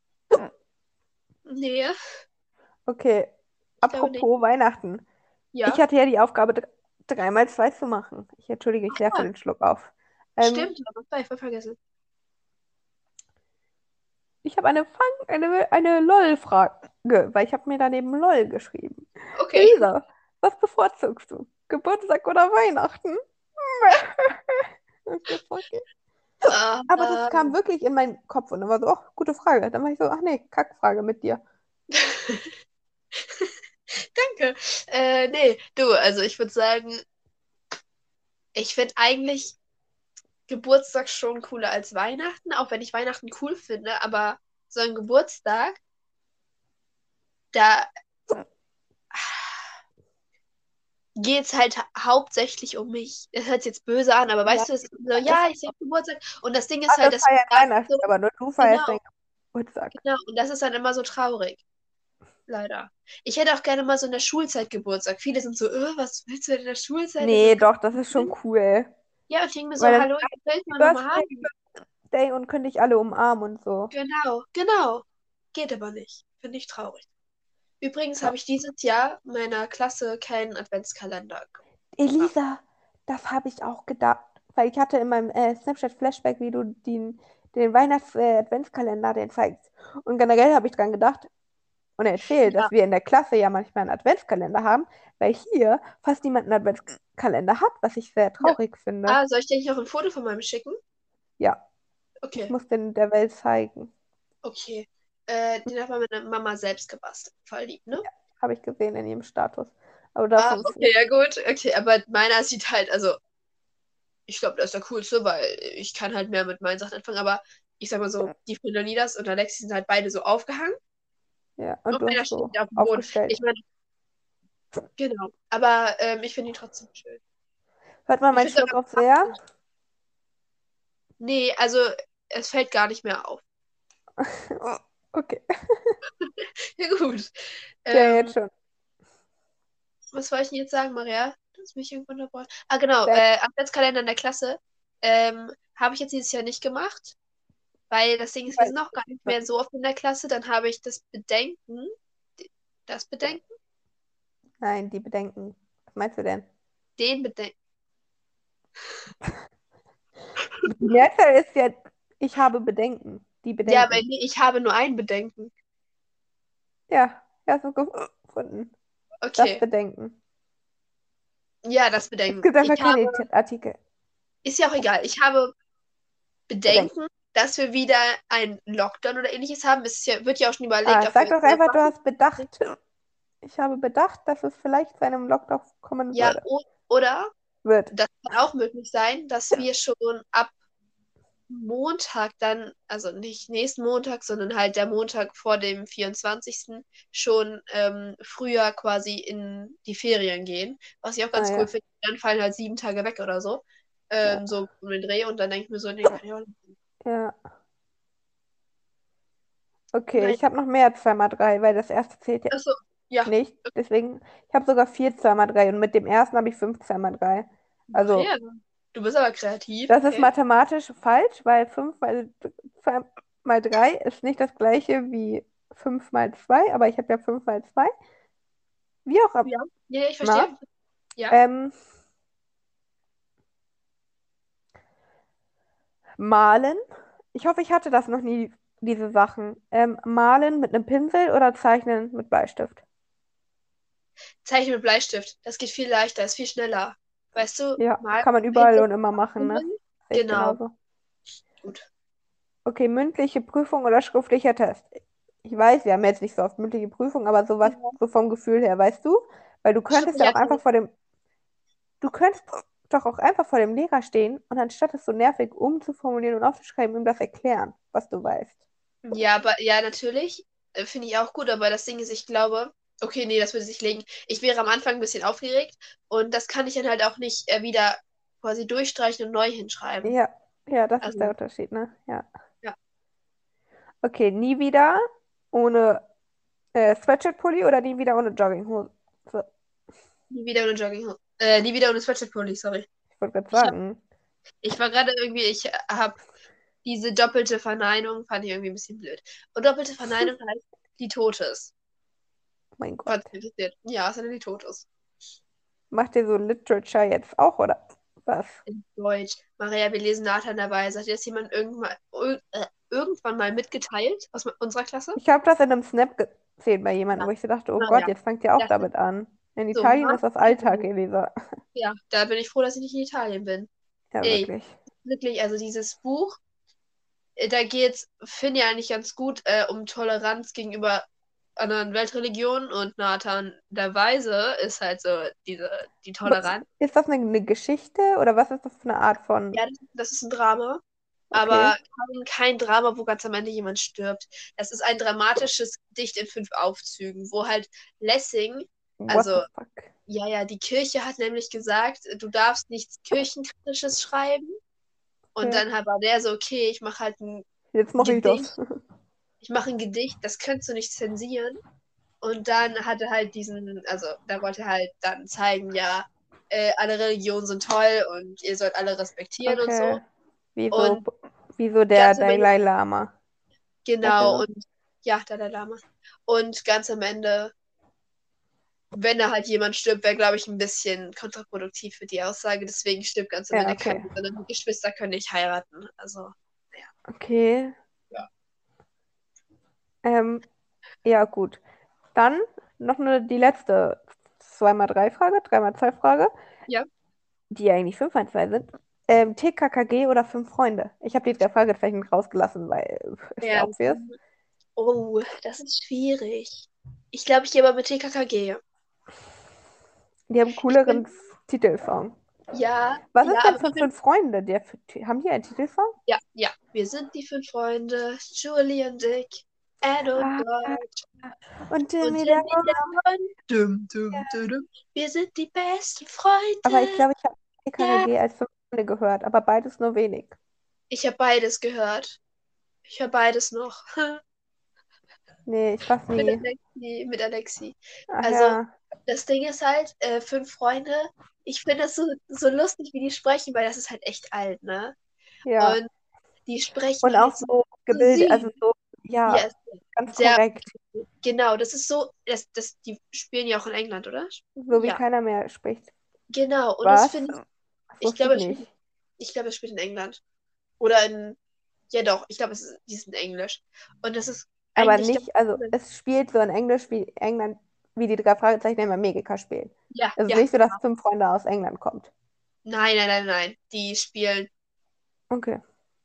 nee, Okay. ich glaube nicht. Apropos Weihnachten. Ich Ja, hatte ja die Aufgabe, 3 mal 2 zu machen. Ich entschuldige mich sehr für ja, den Schluck auf. Ähm, stimmt, aber das voll vergessen. Ich habe eine LOL-Frage, weil ich habe mir daneben LOL geschrieben. Okay. Elisa, was bevorzugst du? Geburtstag oder Weihnachten? Okay, okay. Aber das kam Ähm, wirklich in meinen Kopf und dann war so, oh, gute Frage. Dann war ich so, ach nee, Kackfrage mit dir. Danke. Nee, du, also ich würde sagen, ich finde eigentlich Geburtstag schon cooler als Weihnachten, auch wenn ich Weihnachten cool finde, aber so ein Geburtstag, da geht es halt hauptsächlich um mich. Das hört sich jetzt böse an, aber Ja, weißt du, es ist so, ist ja, ich sehe Geburtstag. Und das Ding ist halt, alle dass feiern man sagt Weihnachten, so, aber nur du feierst deinen genau, Geburtstag. genau. Und das ist dann immer so traurig. Leider. Ich hätte auch gerne mal so in der Schulzeit Geburtstag. Viele sind so, was willst du denn in der Schulzeit? Das Nee, ist doch, das ist schon cool. ja, und ich denke mir so, Weil dann hallo, ich will es mal nochmal Birthday, haben. Birthday und können dich alle umarmen und so. Genau, genau. Geht aber nicht. Finde ich traurig. Übrigens Ja. habe ich dieses Jahr meiner Klasse keinen Adventskalender gemacht. Elisa, das habe ich auch gedacht, weil ich hatte in meinem Snapchat-Flashback, wie du den Weihnachts-Adventskalender den zeigst. Und generell habe ich dran gedacht und erzählt, Ja. dass wir in der Klasse ja manchmal einen Adventskalender haben, weil hier fast niemand einen Adventskalender hat, was ich sehr Ja. traurig finde. Ah, soll ich dir nicht noch ein Foto von meinem schicken? Ja, ich Okay, muss den der Welt zeigen. okay. Den hat meine Mama selbst gebastelt. Voll lieb, ne? Habe ich gesehen in ihrem Status. Aber Ah, davon, okay, ja gut. Okay, aber meiner sieht halt, also ich glaube, das ist der coolste, weil ich kann halt mehr mit meinen Sachen anfangen, aber ich sag mal so, die von Leonidas und Alexi sind halt beide so aufgehangen Ja, und und du meiner hast so steht auf dem Boden. aufgestellt. Ich meine, genau, aber ich finde ihn trotzdem schön. Hört man Ich meinen finde es Schluck aber auf sehr? praktisch. Nee, also es fällt gar nicht mehr auf. Okay. Ja, gut. Ja, jetzt Ähm, schon. was wollte ich denn jetzt sagen, Maria? Du hast mich irgendwo unterbrochen. Ah, genau, Dein, Adventskalender in der Klasse habe ich jetzt dieses Jahr nicht gemacht, weil das Ding ist, wir sind auch gar nicht mehr so oft in der Klasse. Dann habe ich das Bedenken, nein, die Bedenken. Was meinst du denn? den Bedenken. Die Mehrzahl ist ja, ich habe Bedenken. Die Ja, aber Bedenken. nee, ich habe nur ein Bedenken. Ja, ja, so gefunden. Das Okay. Bedenken. Ja, das Es Bedenken. gibt einfach keine Artikel. Ist ja auch egal. Ich habe Bedenken. Bedenken, dass wir wieder einen Lockdown oder ähnliches haben. Wird ja auch schon überlegt, Ah, ob wir sag das doch einfach, du machen. hast bedacht. Ich habe bedacht, dass es vielleicht zu einem Lockdown kommen Ja, würde. oder Wird. das kann auch möglich sein, dass wir schon ab Montag dann, also nicht nächsten Montag, sondern halt der Montag vor dem 24. schon früher quasi in die Ferien gehen. Was ich auch Ah ganz cool ja. finde. Dann fallen halt 7 Tage weg oder so. Ja. So um den Dreh und dann denke ich mir so, nee, kann ich auch nicht. Ja. Okay, Nein. ich habe noch mehr als 2 mal 3, weil das erste zählt ja Achso, ja. nicht. Deswegen, ich habe sogar 4 2 mal 3 und mit dem ersten habe ich 5 2 mal 3. Also, Maria, du bist aber kreativ, das ist okay. mathematisch falsch, weil 5 mal 2 mal 3 ist nicht das gleiche wie 5 mal 2, aber ich habe ja 5 mal 2. Wie auch Ja, ja, ich immer. verstehe. Ja. Ähm, malen. Ich hoffe, ich hatte das noch nie, diese Sachen. Malen mit einem Pinsel oder zeichnen mit Bleistift. Zeichnen mit Bleistift. Das geht viel leichter, ist viel schneller. Weißt du, Ja, mal kann man überall Pinsel und immer machen, ne? nehmen. Sehe ich Genau. genauso. Gut. Okay, mündliche Prüfung oder schriftlicher Test? Ich weiß, wir haben jetzt nicht so oft mündliche Prüfung, aber sowas Ja. so vom Gefühl her, weißt du? Weil du könntest ja Schriftlicher auch einfach Test. du könntest doch auch einfach vor dem Lehrer stehen und anstatt es so nervig umzuformulieren und aufzuschreiben, ihm das erklären, was du weißt. Ja, aber ja, natürlich. Finde ich auch gut, aber das Ding ist, ich glaube, okay, nee, das würde sich legen. Ich wäre am Anfang ein bisschen aufgeregt und das kann ich dann halt auch nicht wieder quasi durchstreichen und neu hinschreiben. Ja, ja, das ist der Also, Unterschied, ne? Ja. ja, Okay, nie wieder ohne Sweatshirt-Pulli oder nie wieder ohne Jogginghose? So, nie wieder ohne Jogginghose. Nie wieder ohne Sweatshirt-Pulli, sorry. ich wollte gerade Ich hab, sagen, ich war gerade irgendwie, ich habe diese doppelte Verneinung, fand ich irgendwie ein bisschen blöd. Und doppelte Verneinung heißt die Totes. oh mein Gott. Falls ihr interessiert. Ja, es ist eine die Totes. Macht ihr so Literature jetzt auch oder was? In Deutsch. Maria, wir lesen Nathan dabei. Hat dir das jemand irgendwann mal mitgeteilt aus unserer Klasse? Ich habe das in einem Snap gesehen bei jemandem, Ja. wo ich so dachte, oh Gott, Naja, jetzt fangt ihr auch das ist damit an. In so Italien ist das Alltag, Martin. Elisa. Ja, da bin ich froh, dass ich nicht in Italien bin. Ja, Ey, wirklich. wirklich, also dieses Buch, da geht's, finde ich eigentlich ganz gut um Toleranz gegenüber anderen Weltreligionen und Nathan der Weise ist halt so die Aber Toleranz. ist das eine Geschichte oder was ist das für eine Art von... Ja, das ist ein Drama, Okay, aber kein Drama, wo ganz am Ende jemand stirbt. Das ist ein dramatisches Gedicht in 5 Aufzügen, wo halt Lessing, what the also fuck? ja, ja, die Kirche hat nämlich gesagt, du darfst nichts Kirchenkritisches schreiben. Und Okay, dann war der so, okay, ich mache halt ein jetzt mache ich das. Gedicht, ich mache ein Gedicht, das könntest du nicht zensieren. Und dann hat er halt also da wollte er halt dann zeigen, ja, alle Religionen sind toll und ihr sollt alle respektieren und so. Okay, wieso, Und wieso der ganz am Ende, Dalai Lama? Sagt er genau, so. und ja, Dalai Lama. Und ganz am Ende, wenn da halt jemand stirbt, wäre, glaube ich, ein bisschen kontraproduktiv für die Aussage. Deswegen stirbt ganz am Ja, Ende okay. keiner, sondern die Geschwister können nicht heiraten. Also, ja. Okay, Ja. ähm, ja gut. Dann noch die letzte 2 mal 3 Frage, 3 mal 2 Frage, Ja. die eigentlich 5 mal 2 sind. TKKG oder 5 Freunde? Ich habe die 3 Fragezeichen rausgelassen, weil ist ja Ja. obvious. Oh, das ist schwierig. Ich glaube, ich gehe aber mit TKKG. Die haben einen Ich bin, cooleren Titelsong. Ja, Was ja, ist denn aber für 5 Freunde? Haben die einen Titelsong? ja, ja. Wir sind die 5 Freunde, Julie und Dick, Ed und Ah, Bert und und Timmy der Timmy der Hund. Dum, dum, Ronja. dum, dum. Wir sind die besten Aber ich Freunde. glaube, ich habe Ja. TKKG als 5 Freunde gehört, aber beides nur wenig. Ich habe beides gehört. Ich höre beides noch. Nee, ich weiß Mit nie. Alexi, mit Alexi. Ach Also, ja, das Ding ist halt, 5 Freunde, ich finde das so lustig, wie die sprechen, weil das ist halt echt alt, ne? ja. Und die sprechen Und auch halt so so gebildet, süß. also so, Ja, ja, ist ganz sehr, korrekt. genau, das ist so, die spielen ja auch in England, oder? So wie Ja, keiner mehr spricht. genau. Und das Was? finde Das ich wusste ich glaube, nicht. ich glaube, es spielt in England. Oder ja doch, ich glaube, die sind Englisch. Und das ist Aber eigentlich ganz nicht, also cool. es spielt so in Englisch wie England, wie die 3 Fragezeichen in Amerika spielen. Ja, Es ist ja, nicht so, dass 5 Freunde aus England kommt. nein, nein, nein, nein. Die spielen, Okay.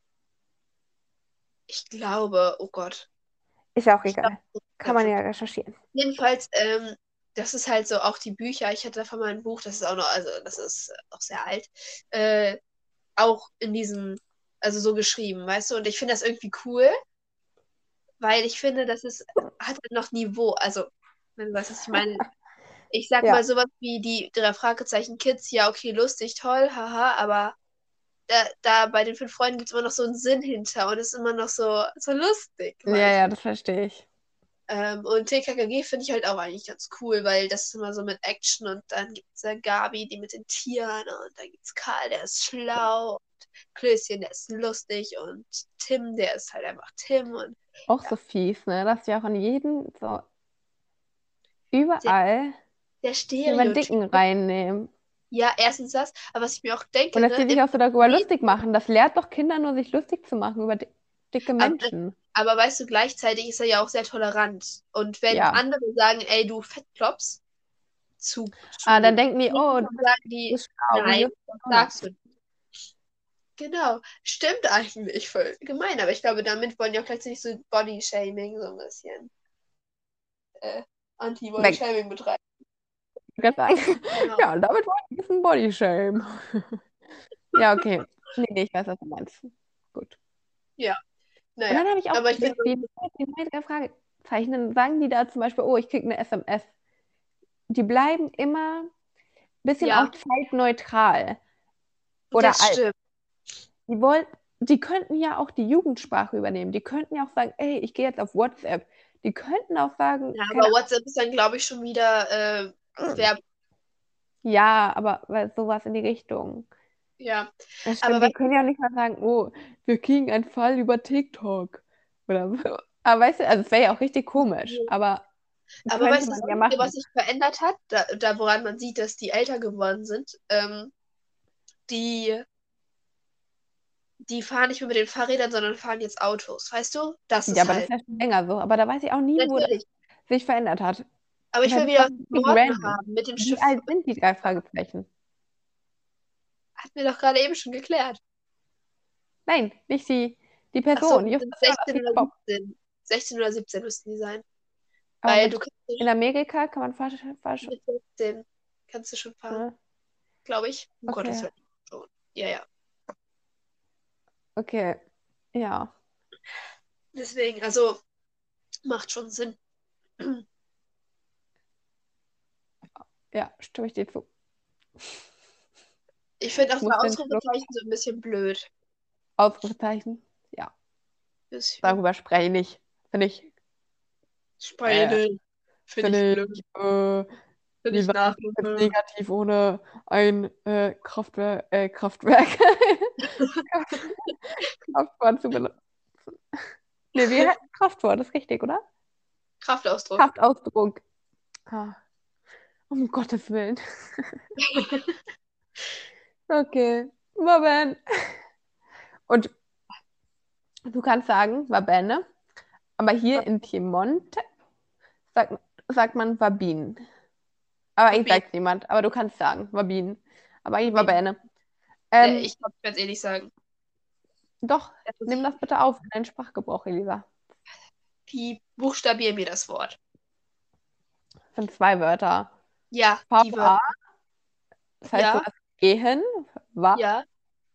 ich glaube, oh Gott. Ist ja auch Ich glaube, egal. Kann man ja recherchieren. jedenfalls, das ist halt so auch die Bücher. Ich hatte davon mal ein Buch, das ist auch noch, also das ist auch sehr alt, äh, auch in diesem, also so geschrieben, weißt du? Und ich finde das irgendwie cool, weil ich finde, hat halt noch Niveau. Also, wenn du weißt, was ich meine. Ich sag mal Ja. sowas wie die 3 Fragezeichen Kids, ja, okay, lustig, toll, haha, aber da bei den 5 Freunden gibt es immer noch so einen Sinn hinter und es ist immer noch so lustig, Ja, sag ich ja, mal. das verstehe ich. Und TKKG finde ich halt auch eigentlich ganz cool, weil das ist immer so mit Action und dann gibt es ja Gabi, die mit den Tieren und dann gibt es Karl, der ist schlau und Klößchen, der ist lustig und Tim, der ist halt einfach Tim und Auch ja, so fies, ne? Dass wir auch in jeden, so der, überall der jemand Stereotyp. Dicken reinnehmen. Ja, erstens das, aber was ich mir auch Und denke, dass ne, die sich auch so darüber lustig machen. Das lehrt doch Kinder nur, sich lustig zu machen über dicke aber, Menschen. aber weißt du, gleichzeitig ist er ja auch sehr tolerant. Und wenn Ja. andere sagen, ey, du Fettklops, Ah, dann zu denken die, oh, Kindern, du bist sagen so die, schlau, wie nein, Justus das Jonas. sagst du nicht. Genau, stimmt eigentlich, voll gemein, aber ich glaube, damit wollen die auch gleichzeitig so Body-Shaming so ein bisschen äh, Weg. Anti-Body-Shaming betreiben. Ganz sagen. Genau. Ja, und damit wollte ich ein bisschen Bodyshame. Ja, okay. Nee, nee, ich weiß, was du meinst. Gut. Ja, Und naja. dann habe ich auch Aber ich überlegt, finde, die neue 3 Fragezeichen, dann sagen die da zum Beispiel, oh, ich kriege eine SMS. Die bleiben immer ein bisschen auch ja, zeitneutral oder das alt. stimmt. Die könnten ja auch die Jugendsprache übernehmen. Die könnten ja auch sagen, ey, ich gehe jetzt auf WhatsApp. Die könnten auch sagen, Ja, keine aber WhatsApp ist dann, glaube ich, schon wieder Ahnung. Werbung. Ja, aber sowas in die Richtung. Ja, Das aber stimmt, die können ja auch nicht mal sagen, oh, wir kriegen einen Fall über TikTok. Oder so. Aber weißt du, also es wäre ja auch richtig komisch, weißt aber Aber könnte weißt du, man das ja Einzige, machen. was sich verändert hat, da woran man sieht, dass die älter geworden sind, die, die fahren nicht mehr mit den Fahrrädern, sondern fahren jetzt Autos. Weißt du? Das Ja, ist aber das ist halt. ja schon länger so. Aber da weiß ich auch nie, wo das Natürlich. sich verändert hat. Aber ich Weil will das war wieder richtig Norden random. haben mit dem Wie Schiff. alt sind die 3 Fragezeichen? Hatten wir doch gerade eben schon geklärt. Nein, nicht die Ach so, Person. die sind Justus Jonas, 16 Peter oder Bob. 17. 16 oder 17 müssten die sein. Aber Weil du mit kannst in nicht Amerika kann man fast mit 16 kannst du schon fahren, ne? glaube ich. Um Gottes Okay, Willen. Schon. Ja, ja. okay. Ja. Deswegen, also macht schon Sinn. Ja, stimme ich dir zu. Ich finde Ich auch so muss den Schluck Ausrufezeichen so ein bisschen blöd. Ausrufezeichen. Ja, Bisschen. darüber spreche ich nicht. Finde ich, äh, Speine. Finde ich finde blöd. ich, Finde wie ich sagt man jetzt nachmache. negativ ohne ein Kraftwerk. Kraftwort zu benutzen. Ne, wie heißt Kraftwort, ist richtig, oder? Kraftausdruck. Kraftausdruck. Ah, um Gottes Willen. Okay, Babben. Und du kannst sagen, Vabene, aber hier in Piemont sagt, sagt man Vabin. Aber eigentlich Verbieten. sagt es niemand, aber du kannst sagen, Vabin. Aber eigentlich Verbieten. Vabene. Ja, Ähm, ich glaube, ich werde es eh nicht sagen. doch, Das nimm ist, das bitte auf in deinen Sprachgebrauch, Elisa. die buchstabieren mir das Wort. Das sind 2 Wörter. Ja, die VA, Wörter. das heißt so Ja, was Ehen, wa, Ja,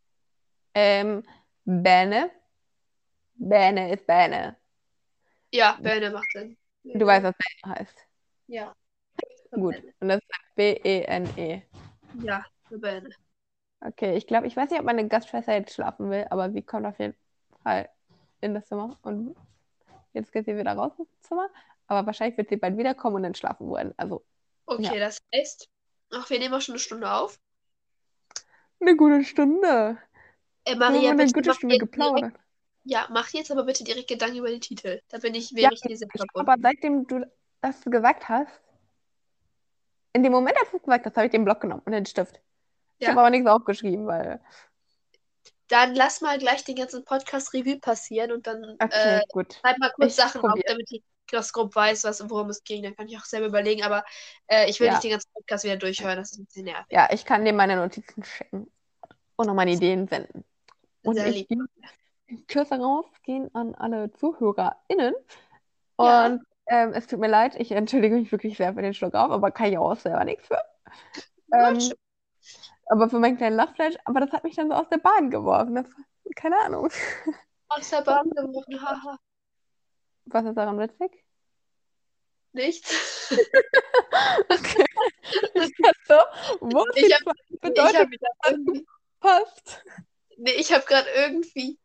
Bähne. Bähne ist Bähne. ja, Bähne macht Sinn. Du weißt, Bähne. was Bähne heißt. Ja, Gut. Bähne. Und das ist Bene. Ja, eine Bähne. Okay, ich weiß nicht, ob meine Gastschwester jetzt schlafen will, aber sie kommt auf jeden Fall in das Zimmer und jetzt geht sie wieder raus ins Zimmer. Aber wahrscheinlich wird sie bald wiederkommen und dann schlafen wollen. Also, ja. Okay, das heißt, ach, wir nehmen auch schon eine Stunde auf. Eine gute Stunde. Wir haben Maria, eine bitte gute Stunde geplaudert. mach jetzt aber bitte direkt Gedanken über den Titel. Ja, Wäre ich dir sehr aber verbunden. seitdem du das gesagt hast, in dem Moment, als du es gesagt hast, habe ich den Block genommen und den Stift. Ich habe Ja? aber nichts aufgeschrieben, weil. Dann lass mal gleich den ganzen Podcast Revue passieren und dann Okay, gut. schreib mal kurz Ich Sachen auf, probiere. damit ich das grob weiß, worum es ging. Dann kann ich auch selber überlegen, aber ich will nicht Ja. den ganzen Podcast wieder durchhören, das ist ein bisschen nervig. Ja, ich kann dir meine Notizen schicken und noch meine Ideen senden. Und Sehr ich lieb. gehe Grüße rausgehen an alle ZuhörerInnen. Ja, Und es tut mir leid, ich entschuldige mich wirklich sehr für den Schluck auf, aber kann ich auch selber nichts für. macht schon. Ähm, aber für meinen kleinen Lachflash, aber das hat mich dann so aus der Bahn geworfen. Keine Ahnung. Aus der Bahn geworfen, haha. Was ist daran witzig? Nichts. Okay. Ich dachte so, wo ist Ich die hab, zweite ich Bedeutung, hab die grad dazu irgendwie, passt? nee, ich habe gerade irgendwie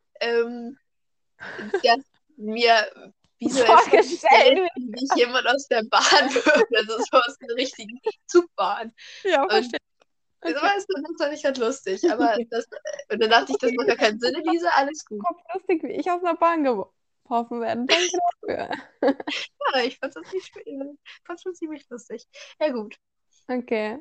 das mir visuell Vorgestellt. vorgestellt, wie dich jemand aus der Bahn wirft, also so aus der richtigen Zugbahn. Ja, Und verstehe. Okay. weißt du, das fand ich halt lustig. Aber und dann dachte ich, das macht gar keinen Sinn, Elisa, alles gut. Kopf lustig, wie ich aus einer Bahn geworfen werde. Danke dafür. Ja, ich fand das nicht fand schon ziemlich lustig. Ja, gut. Okay.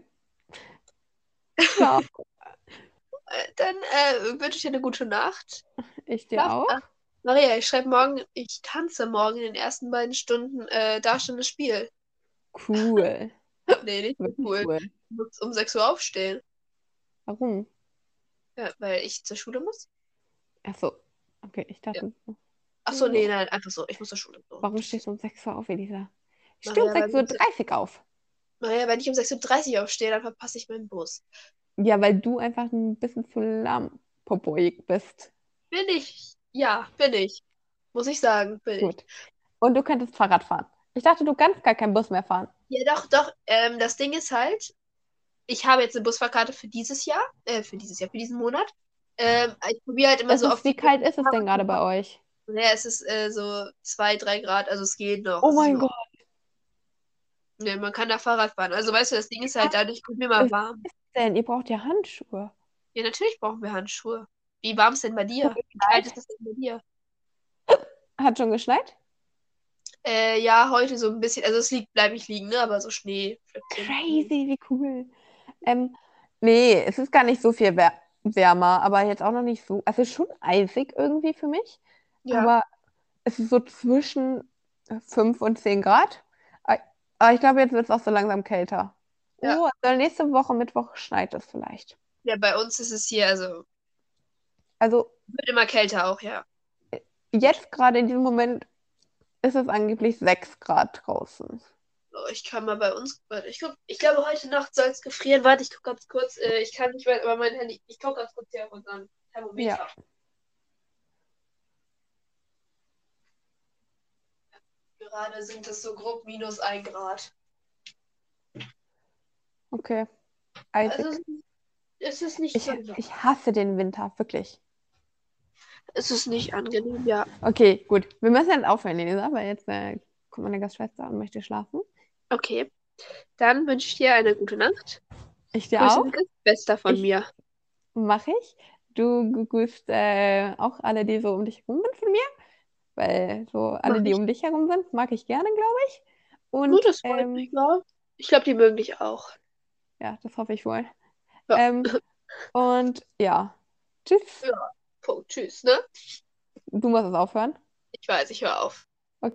Schlaf. Dann wünsche ich dir eine gute Nacht. Ich dir Schlaf. auch. Maria, ich tanze morgen in den ersten beiden Stunden darstellendes Spiel. Cool. Nee, nicht so Wirklich cool. cool. Ich muss um 6 Uhr aufstehen. Warum? Ja, weil ich zur Schule muss. Ach so. Okay, ich Ja. dachte. Ach so, nee, So. nein, einfach so. Ich muss zur Schule. So. Warum stehst du um 6 Uhr auf, Elisa? Ich stehe um Maria, 6:30 Uhr auf. Maria, wenn ich um 6:30 Uhr aufstehe, dann verpasse ich meinen Bus. Ja, weil du einfach ein bisschen zu lahmpopoig bist. Bin ich? Ja, bin ich. Muss ich sagen, bin ich. Gut. Und du könntest Fahrrad fahren. Ich dachte, du kannst gar keinen Bus mehr fahren. Ja, doch, doch. Das Ding ist halt, ich habe jetzt eine Busfahrkarte für diesen Monat. Ich probiere halt immer so oft Wie wie kalt möglich ist es denn Fahrrad zu gerade bei fahren. euch? Ja, es ist so 2, 3 Grad, also es geht noch. Oh Es ist mein noch. Gott. Ne, man kann da Fahrrad fahren. Also weißt du, das Ding ist halt, dadurch wird mir mal Was warm. ist denn? Ihr braucht ja Handschuhe. Ja, natürlich brauchen wir Handschuhe. Wie warm ist denn bei Schon dir? Wie kalt ist geschneit? es denn bei dir? Hat schon geschneit? Ja, heute so ein bisschen, also bleibt nicht liegen, ne? Aber so Schneeflöckchen. Crazy, wie cool. Ähm, nee, es ist gar nicht so viel wärmer, aber jetzt auch noch nicht so. Also schon eisig irgendwie für mich, Ja, aber es ist so zwischen 5 und 10 Grad. Aber ich glaube, jetzt wird es auch so langsam kälter. ja. Oh, soll nächste Woche Mittwoch schneit es vielleicht. Ja, bei uns ist es hier, also Also wird immer kälter auch, ja. Gut. jetzt gerade in diesem Moment ist es angeblich 6 Grad draußen. So, ich kann mal bei uns, warte, ich glaube, heute Nacht soll es gefrieren. Warte, ich gucke ganz kurz. Ich kann nicht mehr, aber mein Handy, ich gucke ganz kurz hier auf unseren Ja, Thermometer. Gerade sind es so grob -1 Grad. okay. Also Eisig. es ist nicht so warm. Ich hasse den Winter, wirklich. Es ist nicht angenehm, ja. Okay, gut. Wir müssen jetzt aufhören, Lisa, weil jetzt kommt meine Gastschwester und möchte schlafen. Okay, dann wünsche ich dir eine gute Nacht. Ich dir Grüße auch. die Schwester von Ich mir. mache ich. Du grüßt auch alle, die so um dich herum sind von mir, weil so Mach alle, die ich. um dich herum sind, mag ich gerne, glaube ich. Gut, Und das freut mich, ja. Ich glaube, die mögen dich auch. ja, das hoffe ich wohl. Ja. Ähm, und ja, tschüss. Ja. Punkt. Tschüss, ne? Du musst es aufhören. Ich weiß, ich höre auf.